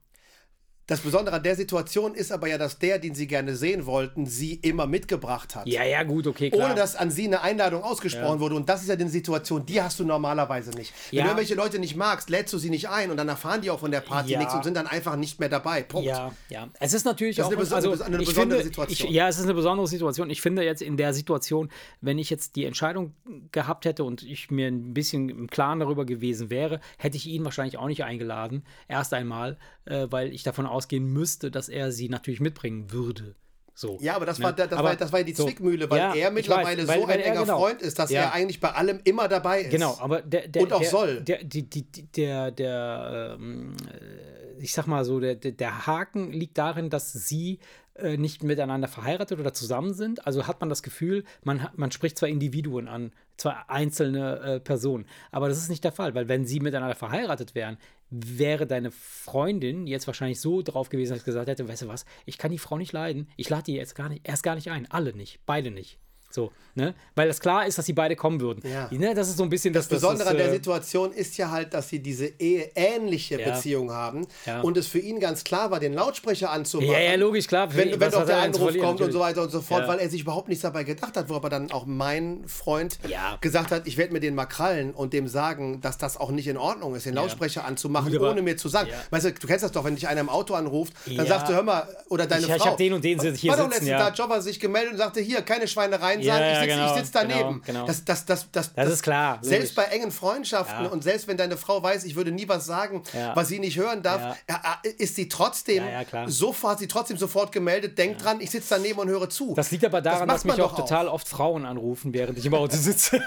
Das Besondere an der Situation ist aber ja, dass der, den sie gerne sehen wollten, sie immer mitgebracht hat.
Ja, ja, gut, okay, klar.
Ohne dass an sie eine Einladung ausgesprochen ja. wurde. Und das ist ja die Situation, die hast du normalerweise nicht. Wenn
ja.
du irgendwelche Leute nicht magst, lädst du sie nicht ein und dann erfahren die auch von der Party
ja.
nichts und sind dann einfach nicht mehr dabei. Punkt.
Ja, ja. Es ist natürlich
das
auch
ist eine,
also,
eine, eine
ich
besondere
finde,
Situation.
Ich, ja, es ist eine besondere Situation. Ich finde jetzt in der Situation, wenn ich jetzt die Entscheidung gehabt hätte und ich mir ein bisschen im Klaren darüber gewesen wäre, hätte ich ihn wahrscheinlich auch nicht eingeladen. Erst einmal, äh, weil ich davon ausgehen müsste, dass er sie natürlich mitbringen würde. So,
ja, aber das,
ne?
war, das,
aber
war, das war die
so,
Zwickmühle, weil
ja,
er mittlerweile
weiß, weil,
so
weil
ein
er,
enger
genau.
Freund ist, dass
ja.
er eigentlich bei allem immer dabei ist.
Genau, aber der, der,
und auch
der,
soll.
Der, die, die, der, der, ähm, ich sag mal so, der, der Haken liegt darin, dass sie äh, nicht miteinander verheiratet oder zusammen sind. Also hat man das Gefühl, man, man spricht zwar Individuen an, zwar einzelne äh, Personen, aber das ist nicht der Fall, weil wenn sie miteinander verheiratet wären, wäre deine Freundin jetzt wahrscheinlich so drauf gewesen, dass sie gesagt hätte, weißt du was, ich kann die Frau nicht leiden, ich lade die jetzt gar nicht, erst gar nicht ein, alle nicht, beide nicht. So, ne? Weil das klar ist, dass sie beide kommen würden.
Ja.
Ne? Das ist so ein bisschen
das, das Besondere
das,
an der
äh,
Situation ist ja halt, dass sie diese eheähnliche
ja.
Beziehung haben
ja.
und es für ihn ganz klar war, den Lautsprecher anzumachen.
Ja, ja, logisch, klar.
Wenn, wenn doch der Anruf kommt natürlich. Und so weiter und so fort,
ja.
weil er sich überhaupt nichts dabei gedacht hat, wo aber dann auch mein Freund
ja.
gesagt hat, ich werde mir den mal krallen und dem sagen, dass das auch nicht in Ordnung ist, den ja. Lautsprecher anzumachen,
Gut,
ohne mir zu sagen.
Ja.
Weißt du, du kennst das doch, wenn dich einer im Auto anruft, dann
ja.
sagst du, hör mal, oder deine
ich,
Frau.
Ich habe den und den hier
war
sitzen.
doch letzten
ja.
Tag, Jobber sich gemeldet und sagte, hier, keine Schweinereien
ja,
sagen,
ja,
ich sitze
genau.
sitz daneben.
Genau, genau.
Das, das, das, das,
das ist klar.
Selbst
logisch.
bei engen Freundschaften
ja.
und selbst wenn deine Frau weiß, ich würde nie was sagen,
ja.
was sie nicht hören darf,
ja.
ist sie trotzdem
ja, ja,
sofort, sie trotzdem sofort gemeldet, denkt ja. dran, ich sitze daneben und höre zu.
Das liegt aber daran,
das
dass mich auch total
auch.
oft Frauen anrufen, während ich im Auto sitze.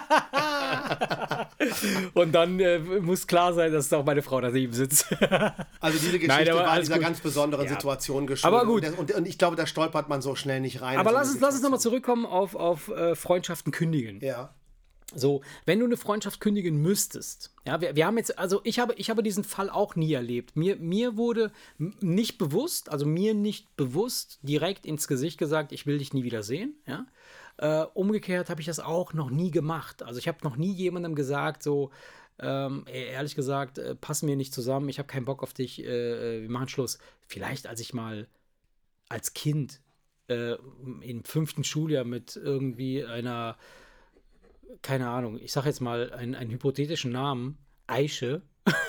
Und dann äh, muss klar sein, dass auch meine Frau daneben sitzt.
Also diese Geschichte Nein, war dieser gut. ganz besonderen ja. Situation geschuldet.
Aber gut.
Und, und, und ich glaube, da stolpert man so schnell nicht rein.
Aber lass uns, lass uns nochmal zurückkommen auf, auf äh, Freundschaften kündigen.
Ja.
So, wenn du eine Freundschaft kündigen müsstest, ja, wir, wir haben jetzt, also ich habe, ich habe diesen Fall auch nie erlebt. Mir, mir wurde nicht bewusst, also mir nicht bewusst direkt ins Gesicht gesagt, ich will dich nie wieder sehen, ja. Äh, umgekehrt habe ich das auch noch nie gemacht. Also ich habe noch nie jemandem gesagt, so, ähm, ehrlich gesagt, äh, passen wir nicht zusammen, ich habe keinen Bock auf dich, äh, wir machen Schluss. Vielleicht, als ich mal als Kind äh, im fünften Schuljahr mit irgendwie einer, keine Ahnung, ich sage jetzt mal einen, einen hypothetischen Namen, Aische,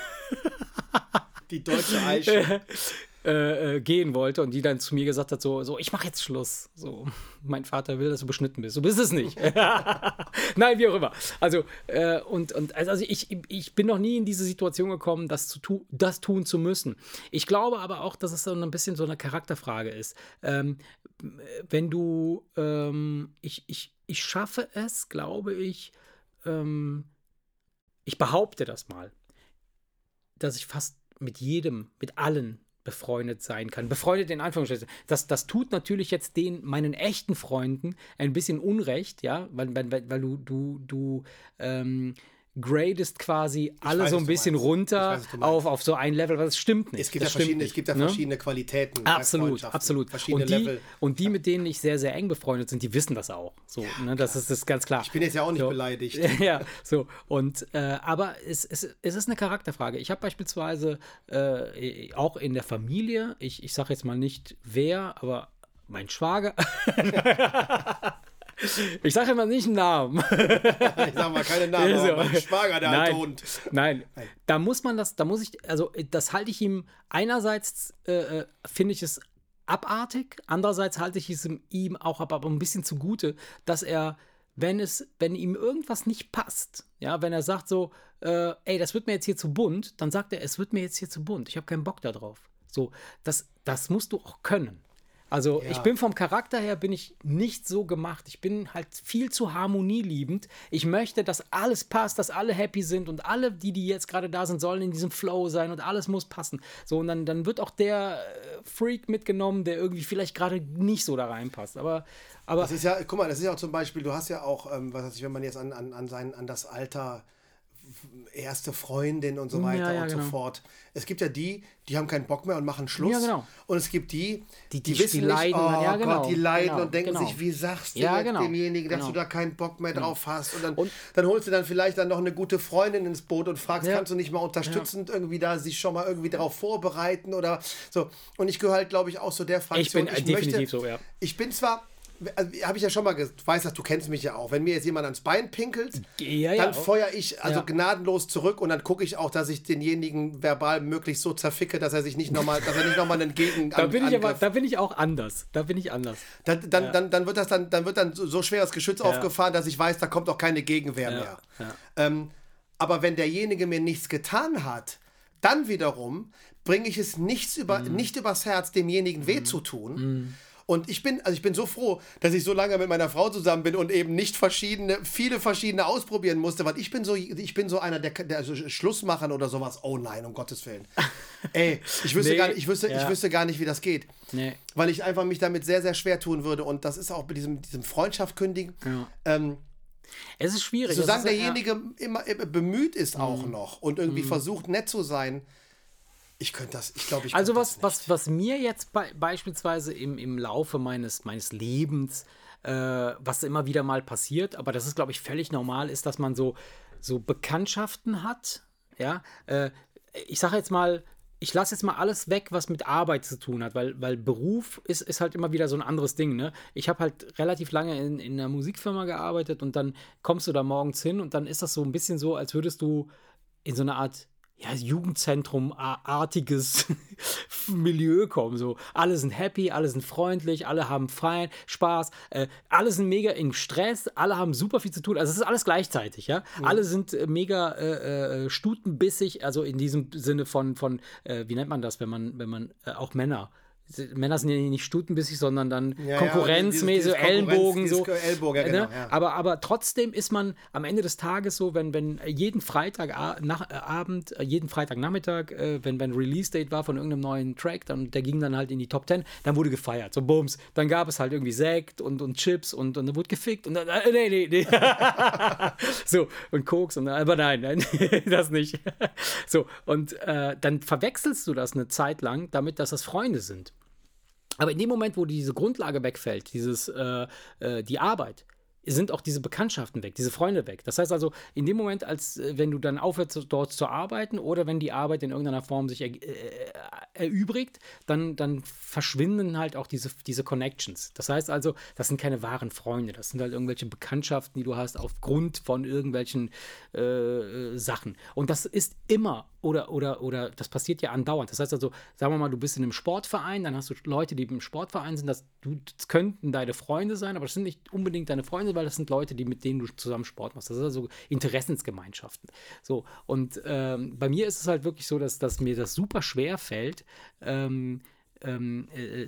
Die deutsche Eiche.
äh, äh, gehen wollte und die dann zu mir gesagt hat, so, so ich mache jetzt Schluss. So, mein Vater will, dass du beschnitten bist. Du bist es nicht. Nein, wie auch immer. Also, äh, und, und also ich, ich bin noch nie in diese Situation gekommen, das, zu tu das tun zu müssen. Ich glaube aber auch, dass es so ein bisschen so eine Charakterfrage ist. Ähm, wenn du, ähm, ich, ich, ich schaffe es, glaube ich, ähm, ich behaupte das mal, dass ich fast mit jedem, mit allen befreundet sein kann. Befreundet in Anführungsstrichen. Das, das tut natürlich jetzt den, meinen echten Freunden ein bisschen Unrecht, ja, weil, weil, weil du, du, du ähm, gradest quasi alle
weiß,
so
was
ein
du
bisschen
meinst.
runter
Ich weiß, was du meinst.
auf, auf so ein Level, aber das stimmt nicht.
Es gibt, ja
das stimmt
verschiedene,
nicht,
es gibt ja
ne?
verschiedene Qualitäten. bei
Absolut,
Freundschaften.
absolut.
Verschiedene
Und die,
Level.
und die, mit denen ich sehr, sehr eng befreundet sind, die wissen das auch. So, ne? Das ist, das ist ganz klar.
Ich bin jetzt ja auch nicht
so.
beleidigt.
Ja, so. Und, äh, aber es, es, es ist eine Charakterfrage. Ich habe beispielsweise äh, auch in der Familie, ich, ich sage jetzt mal nicht wer, aber mein Schwager. Ich sage immer nicht einen Namen.
Ich sag mal keine Namen,
So.
aber mein Schwager, der alte
Nein,
Hund.
nein, da muss man das, da muss ich, also das halte ich ihm, einerseits äh, finde ich es abartig, andererseits halte ich es ihm auch aber ein bisschen zugute, dass er, wenn es, wenn ihm irgendwas nicht passt, ja, wenn er sagt so, äh, ey, das wird mir jetzt hier zu bunt, dann sagt er, es wird mir jetzt hier zu bunt, ich habe keinen Bock da drauf. So, das, das musst du auch können. Also
Ja.
ich bin vom Charakter her, bin ich nicht so gemacht. Ich bin halt viel zu harmonieliebend. Ich möchte, dass alles passt, dass alle happy sind und alle, die, die jetzt gerade da sind, sollen in diesem Flow sein und alles muss passen. So, und dann, dann wird auch der äh, Freak mitgenommen, der irgendwie vielleicht gerade nicht so da reinpasst. Aber, aber
Das ist ja, guck mal, das ist ja auch zum Beispiel, du hast ja auch, ähm, was weiß ich, wenn man jetzt an, an, an, sein, an das Alter erste Freundin und so weiter
Ja, ja,
und
genau.
so fort. Es gibt ja die, die haben keinen Bock mehr und machen Schluss.
Ja, genau.
Und es gibt die,
Die-
die,
die-
wissen
die
nicht,
leiden
oh
dann, ja, genau,
Gott, die leiden
genau,
und denken
genau.
sich, wie sagst du
Ja,
jetzt
genau,
demjenigen, dass
genau.
du da keinen Bock mehr drauf hast. Und dann,
Und-
dann holst du dann vielleicht dann noch eine gute Freundin ins Boot und fragst,
Ja.
kannst du nicht mal unterstützend irgendwie da sich schon mal irgendwie darauf vorbereiten oder so. Und ich gehöre halt, glaube ich, auch so der Fraktion.
ich bin äh, definitiv
möchte,
so, ja.
Ich bin zwar, also, habe ich ja schon mal gesagt, weiß das, du kennst mich ja auch. Wenn mir jetzt jemand ans Bein pinkelt,
Ja, ja.
dann feuere ich also
Ja.
gnadenlos zurück und dann gucke ich auch, dass ich denjenigen verbal möglichst so zerficke, dass er sich nicht nochmal, dass er nicht nochmal einen Gegen
Da bin ich aber,
Angriff-
da bin ich auch anders. Da bin ich anders.
dann, dann, dann, dann wird das dann, dann wird dann so, so schweres Geschütz aufgefahren, dass ich weiß, da kommt auch keine Gegenwehr mehr.
ja.
Ähm, aber wenn derjenige mir nichts getan hat, dann wiederum bringe ich es nichts über,
Mhm.
nicht übers Herz, demjenigen weh zu tun. Und ich bin, also ich bin so froh, dass ich so lange mit meiner Frau zusammen bin und eben nicht verschiedene, viele verschiedene ausprobieren musste, weil ich bin so, ich bin so einer, der, der also Schluss machen oder sowas. Oh nein, um Gottes Willen. Ey, ich wüsste,
Nee,
gar, nicht, ich, wüsste,
ja.
ich wüsste gar nicht, wie das geht.
Nee.
Weil ich einfach mich damit sehr, sehr schwer tun würde. Und das ist auch mit diesem, diesem Freundschaft kündigen.
Ja.
Ähm,
Es ist schwierig.
solange
das ist,
derjenige immer, immer bemüht ist auch
Mhm.
noch und irgendwie versucht, nett zu sein, ich könnte das, ich glaube, ich
Also
könnte
was,
das nicht.
was, was mir jetzt be beispielsweise im, im Laufe meines, meines Lebens, äh, was immer wieder mal passiert, aber das ist, glaube ich, völlig normal, ist, dass man so, so Bekanntschaften hat. Ja, äh, ich sage jetzt mal, ich lasse jetzt mal alles weg, was mit Arbeit zu tun hat, weil, weil Beruf ist, ist halt immer wieder so ein anderes Ding. Ne? Ich habe halt relativ lange in, in einer Musikfirma gearbeitet und dann kommst du da morgens hin und dann ist das so ein bisschen so, als würdest du in so eine Art ja, Jugendzentrum-artiges Milieu kommen. So. Alle sind happy, alle sind freundlich, alle haben Fein, Spaß, äh, alle sind mega im Stress, alle haben super viel zu tun. Also es ist alles gleichzeitig, ja. Mhm. Alle sind äh, mega äh, äh, stutenbissig, also in diesem Sinne von, von äh, wie nennt man das, wenn man, wenn man, äh, auch Männer. Männer sind ja nicht stutenbissig, sondern dann
Ja,
konkurrenzmäßig,
ja, dieses- dieses
Ellenbogen,
Konkurrenz-
so.
dieses Ellbogen, ja, genau,
ne?
ja.
aber, aber trotzdem ist man am Ende des Tages so, wenn, wenn jeden Freitagabend, nach, äh, Abend, äh, jeden Freitagnachmittag, äh, wenn, wenn Release-Date war von irgendeinem neuen Track, dann, der ging dann halt in die Top Ten, dann wurde gefeiert, so bums. Dann gab es halt irgendwie Sekt und, und Chips und, und dann wurde gefickt und dann, äh, nee, nee, nee. So, und Koks und, aber nein, nein, das nicht. So, und äh, dann verwechselst du das eine Zeit lang damit, dass das Freunde sind. Aber in dem Moment, wo diese Grundlage wegfällt, dieses, äh, äh, die Arbeit, sind auch diese Bekanntschaften weg, diese Freunde weg. Das heißt also, in dem Moment, als äh, wenn du dann aufhörst, dort zu arbeiten oder wenn die Arbeit in irgendeiner Form sich er, äh, erübrigt, dann, dann verschwinden halt auch diese, diese Connections. Das heißt also, das sind keine wahren Freunde, das sind halt irgendwelche Bekanntschaften, die du hast aufgrund von irgendwelchen äh, Sachen. Und das ist immer oder, oder, oder das passiert ja andauernd. Das heißt also, sagen wir mal, du bist in einem Sportverein, dann hast du Leute, die im Sportverein sind, das, du, das könnten deine Freunde sein, aber das sind nicht unbedingt deine Freunde, weil das sind Leute, die, mit denen du zusammen Sport machst. Das sind also Interessensgemeinschaften. So, und ähm, bei mir ist es halt wirklich so, dass, dass mir das super schwer fällt, ähm, ähm, äh,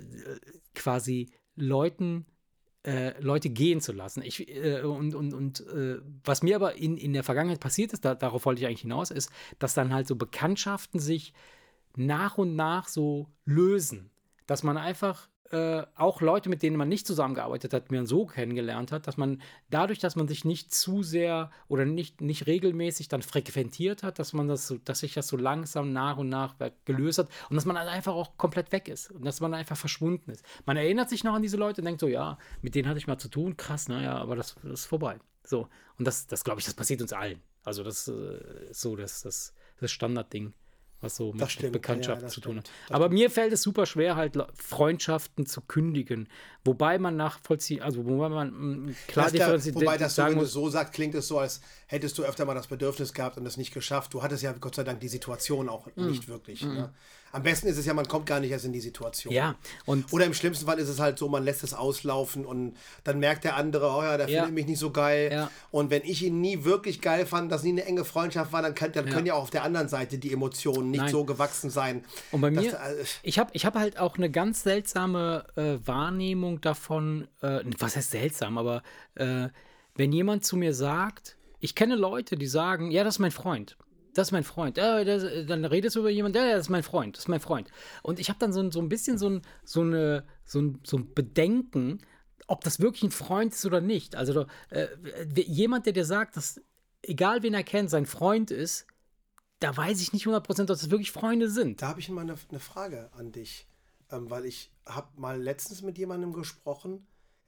quasi Leuten Äh, Leute gehen zu lassen. Ich, äh, und und, und äh, was mir aber in, in der Vergangenheit passiert ist, da, darauf wollte ich eigentlich hinaus, ist, dass dann halt so Bekanntschaften sich nach und nach so lösen. Dass man einfach äh, auch Leute, mit denen man nicht zusammengearbeitet hat, mehr so kennengelernt hat, dass man dadurch, dass man sich nicht zu sehr oder nicht, nicht regelmäßig dann frequentiert hat, dass man das so, dass sich das so langsam nach und nach gelöst hat und dass man dann einfach auch komplett weg ist und dass man einfach verschwunden ist. Man erinnert sich noch an diese Leute und denkt so, ja, mit denen hatte ich mal zu tun, krass, naja, aber das, das ist vorbei. So, und das, das glaube ich, das passiert uns allen. Also das äh, ist so das, das, das Standardding, was so mit,
stimmt,
mit Bekanntschaften
ja,
zu
stimmt,
tun hat. Aber
stimmt.
mir fällt es super schwer, halt Freundschaften zu kündigen. Wobei man nachvollziehen, also wobei man klar
das klar,
differenziert
wobei das so,
sagen
wenn du
muss.
so sagst, klingt es so, als hättest du öfter mal das Bedürfnis gehabt und es nicht geschafft. Du hattest ja Gott sei Dank die Situation auch mm. nicht wirklich. Mm. Ne? Am besten ist es ja, man kommt gar nicht erst in die Situation.
Ja. Und
Oder im schlimmsten Fall ist es halt so, man lässt es auslaufen und dann merkt der andere, oh ja, der
ja.
findet mich nicht so geil.
Ja.
Und wenn ich ihn nie wirklich geil fand, dass nie eine enge Freundschaft war, dann, kann, dann ja. können ja auch auf der anderen Seite die Emotionen nicht Nein. so gewachsen sein.
Und bei mir,
dass, äh,
ich habe ich hab halt auch eine ganz seltsame äh, Wahrnehmung davon, äh, was heißt seltsam, aber äh, wenn jemand zu mir sagt, ich kenne Leute, die sagen, ja, das ist mein Freund. Das ist mein Freund. Ja, das, dann redest du über jemanden, ja, das ist mein Freund, das ist mein Freund. Und ich habe dann so, so ein bisschen so ein, so, eine, so, ein, so ein Bedenken, ob das wirklich ein Freund ist oder nicht. Also äh, jemand, der dir sagt, dass egal wen er kennt, sein Freund ist, da weiß ich nicht hundert Prozent, ob das wirklich Freunde sind.
Da habe ich mal eine, eine Frage an dich, ähm, weil ich habe mal letztens mit jemandem gesprochen,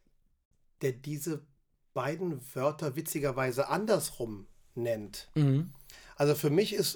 der diese beiden Wörter witzigerweise andersrum nennt.
Mhm.
Also für mich ist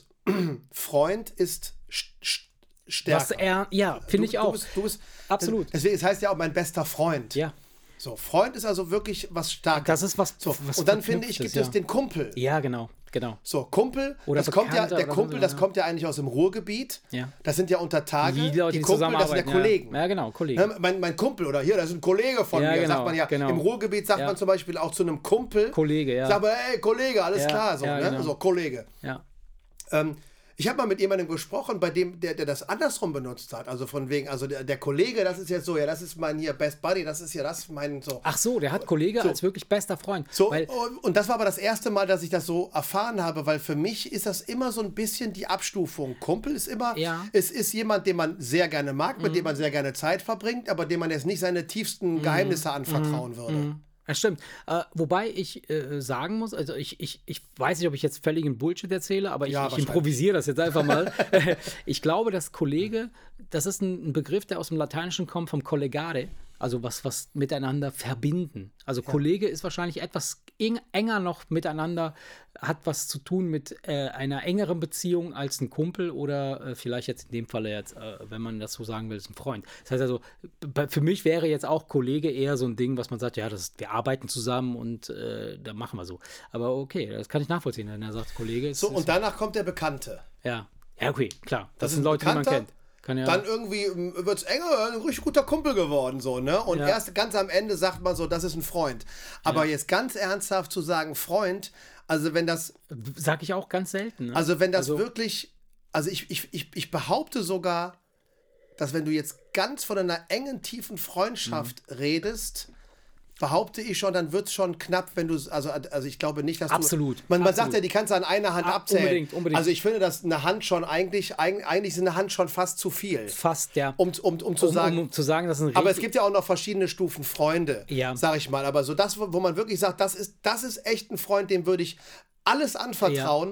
Freund ist st- stärker.
Was er, ja, finde ich auch.
Du bist, du bist,
Absolut.
Deswegen, es heißt ja auch mein bester Freund.
Ja.
So, Freund ist also wirklich was Starkes.
Das ist was,
so,
was
und dann finde ich, gibt
ja.
es den Kumpel.
Ja, genau, genau.
So, Kumpel,
oder
das kommt ja, der
oder
Kumpel,
so,
das
ja.
kommt ja eigentlich aus dem Ruhrgebiet.
Ja.
Das sind ja unter Tage.
Die, Leute,
die
die
Kumpel, das sind ja Kollegen.
Ja, ja genau, Kollegen.
Ne, mein, mein Kumpel oder hier, das ist ein Kollege von
ja,
mir,
genau,
sagt man ja.
Genau.
Im Ruhrgebiet sagt
ja.
man zum Beispiel auch zu einem Kumpel.
Kollege, ja.
Sag mal, ey, Kollege, alles
ja,
klar, so,
ja,
ne?
Genau.
So, Kollege.
Ja.
Ähm, ich habe mal mit jemandem gesprochen, bei dem, der, der das andersrum benutzt hat. Also von wegen, also der, der Kollege, das ist jetzt so, ja, das ist mein hier Best Buddy, das ist ja das, mein so.
Ach so, der hat Kollege
so.
als wirklich bester Freund.
So,
weil,
und, und das war aber das erste Mal, dass ich das so erfahren habe, weil für mich ist das immer so ein bisschen die Abstufung. Kumpel ist immer,
ja.
es ist jemand, den man sehr gerne mag, mit
mhm.
dem man sehr gerne Zeit verbringt, aber dem man jetzt nicht seine tiefsten mhm. Geheimnisse anvertrauen
mhm.
würde.
Mhm. Ja, stimmt. Äh, wobei ich äh, sagen muss, also ich, ich, ich weiß nicht, ob ich jetzt völligen Bullshit erzähle, aber ich,
ja,
ich improvisiere das jetzt einfach mal. Ich glaube, dass Kollege, das ist ein, ein Begriff, der aus dem Lateinischen kommt, vom collegare, also was, was miteinander verbinden. Also ja. Kollege ist wahrscheinlich etwas enger noch miteinander, hat was zu tun mit äh, einer engeren Beziehung als ein Kumpel oder äh, vielleicht jetzt in dem Falle jetzt, äh, wenn man das so sagen will, ist ein Freund. Das heißt also, b- für mich wäre jetzt auch Kollege eher so ein Ding, was man sagt, ja, das, wir arbeiten zusammen und äh, da machen wir so. Aber okay, das kann ich nachvollziehen, wenn er sagt, Kollege ist...
So,
ist,
und danach kommt der Bekannte.
Ja, ja okay, klar. Das,
Das
sind
ist
Leute, die man
Bekannter,
kennt. Kann ja,
dann irgendwie wird es enger, ein richtig guter Kumpel geworden, so, ne? Und
Ja.
erst ganz am Ende sagt man so, das ist ein Freund. Aber
Ja.
jetzt ganz ernsthaft zu sagen, Freund, also wenn das,
sag ich auch ganz selten. Ne?
also wenn das
Also-
wirklich, also ich, ich, ich, ich behaupte sogar, dass wenn du jetzt ganz von einer engen, tiefen Freundschaft
Mhm.
redest, behaupte ich schon, dann wird es schon knapp, wenn du, also, also ich glaube nicht, dass
Absolut,
du, man, man
absolut.
sagt ja, die kannst du an einer Hand
Ah,
abzählen.
unbedingt, unbedingt.
Also ich finde, dass eine Hand schon eigentlich, eigentlich eigentlich ist eine Hand schon fast zu viel,
Fast, ja.
um, um, um zu
um,
sagen,
um, um zu sagen, dass ein
aber es
richtig-
gibt ja auch noch verschiedene Stufen Freunde,
Ja.
sag ich mal. Aber so das, wo wo man wirklich sagt, das ist, das ist echt ein Freund, dem würde ich alles anvertrauen.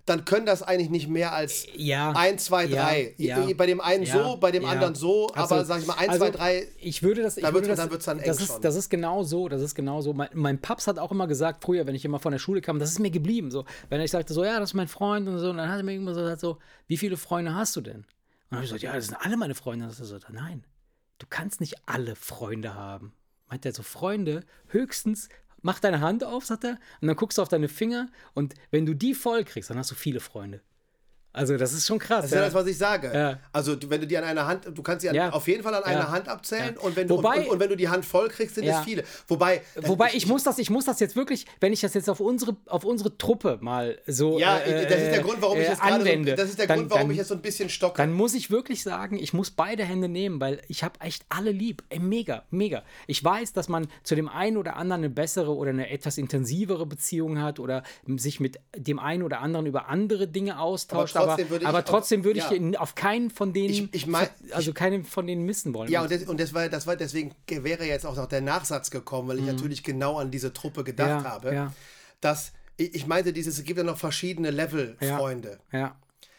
dann können das eigentlich nicht mehr als
ja,
eins, zwei, drei.
Ja, ja,
bei dem einen
ja,
so, bei dem
ja.
anderen so,
also,
aber sag ich mal eins,
also,
zwei, drei.
Ich würde das, ich
da
würde
wird,
das,
dann wird's dann eng
das ist,
schon.
das ist genau so, das ist genau so. Mein, mein Paps hat auch immer gesagt, früher, wenn ich immer von der Schule kam, das ist mir geblieben. So, wenn ich sagte so, ja, das ist mein Freund und so, und dann hat er mir immer so gesagt, so, wie viele Freunde hast du denn? Und dann habe ich gesagt, ja, das sind alle meine Freunde. Und dann hat er so, nein, du kannst nicht alle Freunde haben. Meint er so, Freunde, höchstens, mach deine Hand auf, sagt er, und dann guckst du auf deine Finger und wenn du die voll kriegst, dann hast du viele Freunde. Also das ist schon krass.
Das ist ja, ja das, was ich sage.
Ja.
Also wenn du die an einer Hand, du kannst sie an, ja. auf jeden Fall an einer ja. Hand abzählen ja. und, wenn du,
Wobei,
und, und wenn du die Hand voll kriegst, sind ja. es viele. Wobei,
Wobei ich, ich muss das, ich muss das jetzt wirklich, wenn ich das jetzt auf unsere, auf unsere Truppe mal so
ja,
äh,
das ist der Grund, warum ich jetzt gerade so, das ist der
dann,
Grund, warum
dann,
ich jetzt so ein bisschen stocke.
Dann muss ich wirklich sagen, ich muss beide Hände nehmen, weil ich habe echt alle lieb. Ey, mega, mega. Ich weiß, dass man zu dem einen oder anderen eine bessere oder eine etwas intensivere Beziehung hat oder sich mit dem einen oder anderen über andere Dinge austauscht, aber trotzdem würde ich, aber trotzdem würde ich ja. auf keinen von denen,
ich, ich mein,
also keinen von denen missen wollen.
Ja, und, das, und das war, das war, deswegen wäre jetzt auch noch der Nachsatz gekommen, weil ich mhm. natürlich genau an diese Truppe gedacht
ja,
habe,
ja.
dass, ich, ich meinte, dieses, es gibt ja noch verschiedene Level
ja,
Freunde.
Ja.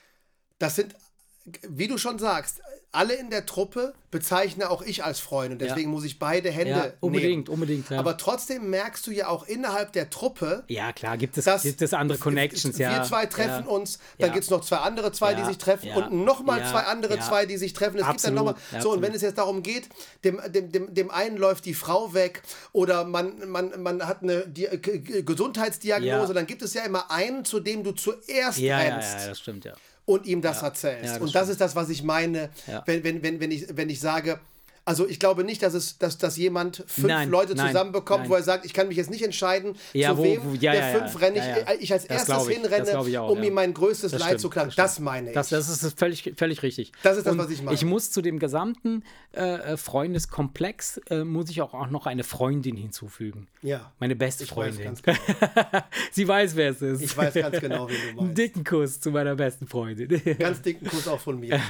Das sind, wie du schon sagst, alle in der Truppe bezeichne auch ich als Freund und deswegen ja. muss ich beide Hände
ja, unbedingt,
nehmen.
Unbedingt, ja.
Aber trotzdem merkst du ja auch innerhalb der Truppe,
ja klar, gibt es, gibt es andere Connections,
wir
ja.
Wir zwei treffen
ja.
uns, dann ja. gibt es noch zwei andere zwei,
ja.
die sich treffen
ja.
und nochmal
ja.
zwei andere
ja.
zwei, die sich treffen. Es
Absolut.
gibt dann nochmal,
ja,
so und wenn es jetzt darum geht, dem, dem, dem, dem einen läuft die Frau weg oder man, man, man hat eine Di- Gesundheitsdiagnose, ja. dann gibt es ja immer einen, zu dem du zuerst
ja,
rennst.
Ja, ja, das stimmt, ja.
Und ihm das
ja.
erzählst.
Ja, das
und
stimmt.
das ist das, was ich meine,
ja.
wenn, wenn, wenn, wenn, ich, wenn ich sage, also ich glaube nicht, dass es, dass, dass jemand fünf
nein,
Leute
nein,
zusammenbekommt,
nein.
wo er sagt, ich kann mich jetzt nicht entscheiden,
ja,
zu
wo,
wem
wo, ja,
der
ja,
fünf renne ich,
ja, ja.
ich als
das
erstes
ich,
hinrenne,
auch,
um
ja.
ihm mein größtes
das
Leid
stimmt,
zu klagen.
Das,
das meine ich.
Das, das ist völlig, völlig richtig.
Das ist das,
und
was ich meine.
Ich muss zu dem gesamten äh, Freundeskomplex, äh, muss ich auch, auch noch eine Freundin hinzufügen.
Ja.
Meine beste
ich
Freundin.
Weiß ganz genau.
Sie weiß, wer es ist.
Ich weiß ganz genau, wie du meinst.
Einen dicken Kuss zu meiner besten Freundin.
Ganz dicken Kuss auch von mir.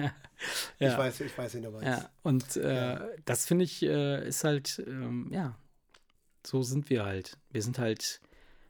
ja.
Ich weiß, ich weiß, wie du meinst.
Ja. Und äh, ja. das finde ich, äh, ist halt, ähm, ja, so sind wir halt. Wir sind halt,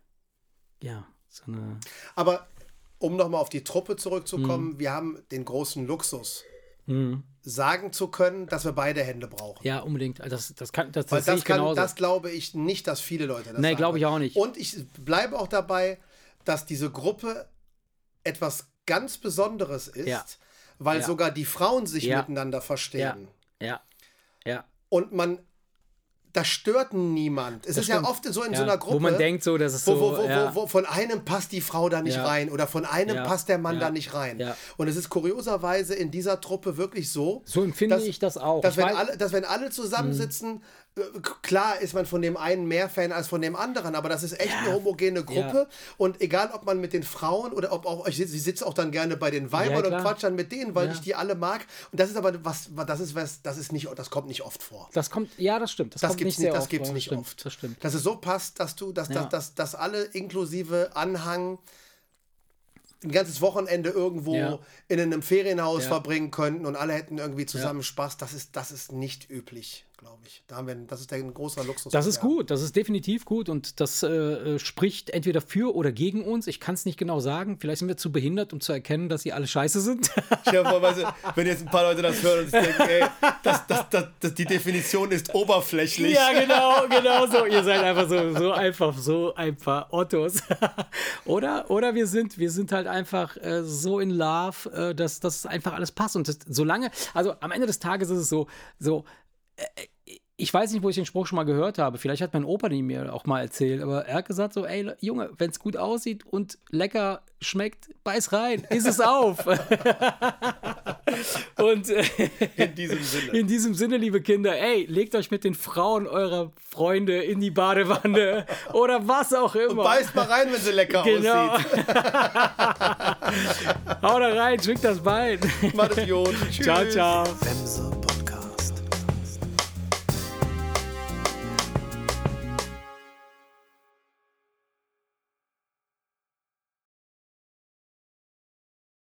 ja, so eine...
Aber um nochmal auf die Truppe zurückzukommen,
Mhm.
wir haben den großen Luxus,
Mhm.
sagen zu können, dass wir beide Hände brauchen.
Ja, unbedingt. Das, das, kann, das, das,
Weil
sehe
das,
ich
kann,
genauso.
das glaube ich nicht, dass viele Leute das
Nee,
sagen.
glaube ich auch nicht.
Und ich bleibe auch dabei, dass diese Gruppe etwas ganz Besonderes ist,
Ja.
weil
Ja.
sogar die Frauen sich
Ja.
miteinander verstehen.
Ja, ja.
Und man, das stört niemand. Es
Das
ist ja
stimmt.
oft so in
ja.
so einer Gruppe,
wo man denkt so, dass es
wo,
so...
wo, wo,
ja.
wo, wo von einem passt die Frau da nicht
Ja.
rein oder von einem
Ja.
passt der Mann
Ja.
da nicht rein.
Ja.
Und es ist kurioserweise in dieser Truppe wirklich so,
So empfinde
dass-
ich das auch.
dass
Ich
wenn,
weiß-
alle, dass wenn alle zusammensitzen, äh, k- klar ist man von dem einen mehr Fan als von dem anderen, aber das ist echt
Ja.
eine homogene Gruppe
Ja.
und egal, ob man mit den Frauen oder ob auch, ich sitze sitz auch dann gerne bei den Weibern
Ja,
und
klar.
quatsch dann mit denen, weil
Ja.
ich die alle mag und das ist aber was, das ist was, das ist nicht, das kommt nicht oft vor.
Das kommt, ja, das stimmt. Das,
Das
kommt
gibt's
nicht
nicht,
sehr
das
oft.
gibt's
vor.
nicht
das stimmt,
oft.
Das stimmt.
Dass es so passt, dass du, dass,
Ja.
dass, dass, dass alle inklusive Anhang ein ganzes Wochenende irgendwo
Ja.
in einem Ferienhaus
Ja.
verbringen könnten und alle hätten irgendwie zusammen Spaß. Das ist, das ist nicht üblich, glaube ich. Da haben wir, das ist ein großer Luxus.
Das
den
ist
wir haben.
gut, das ist definitiv gut und das äh, spricht entweder für oder gegen uns. Ich kann es nicht genau sagen. Vielleicht sind wir zu behindert, um zu erkennen, dass sie alle scheiße sind.
Stell dir vor, weißt du, wenn jetzt ein paar Leute das hören und sich denken, ey, das, das, das, das, die Definition ist oberflächlich.
Ja, genau, genau so. Ihr seid einfach so, so einfach, so einfach Ottos. oder, oder wir sind, wir sind halt einfach äh, so in Love, äh, dass das einfach alles passt. Und das, solange, also am Ende des Tages ist es so, so, äh, ich weiß nicht, wo ich den Spruch schon mal gehört habe. Vielleicht hat mein Opa den mir auch mal erzählt. Aber er hat gesagt so, ey, Junge, wenn es gut aussieht und lecker schmeckt, beiß rein, iss es auf. Und äh,
In diesem Sinne.
in diesem Sinne, liebe Kinder, ey, legt euch mit den Frauen eurer Freunde in die Badewanne oder was auch immer.
Und beißt mal rein, wenn sie lecker
Genau.
aussieht.
Hau da rein, schwingt das Bein.
Macht es gut. Tschüss.
Ciao, ciao.
Wem so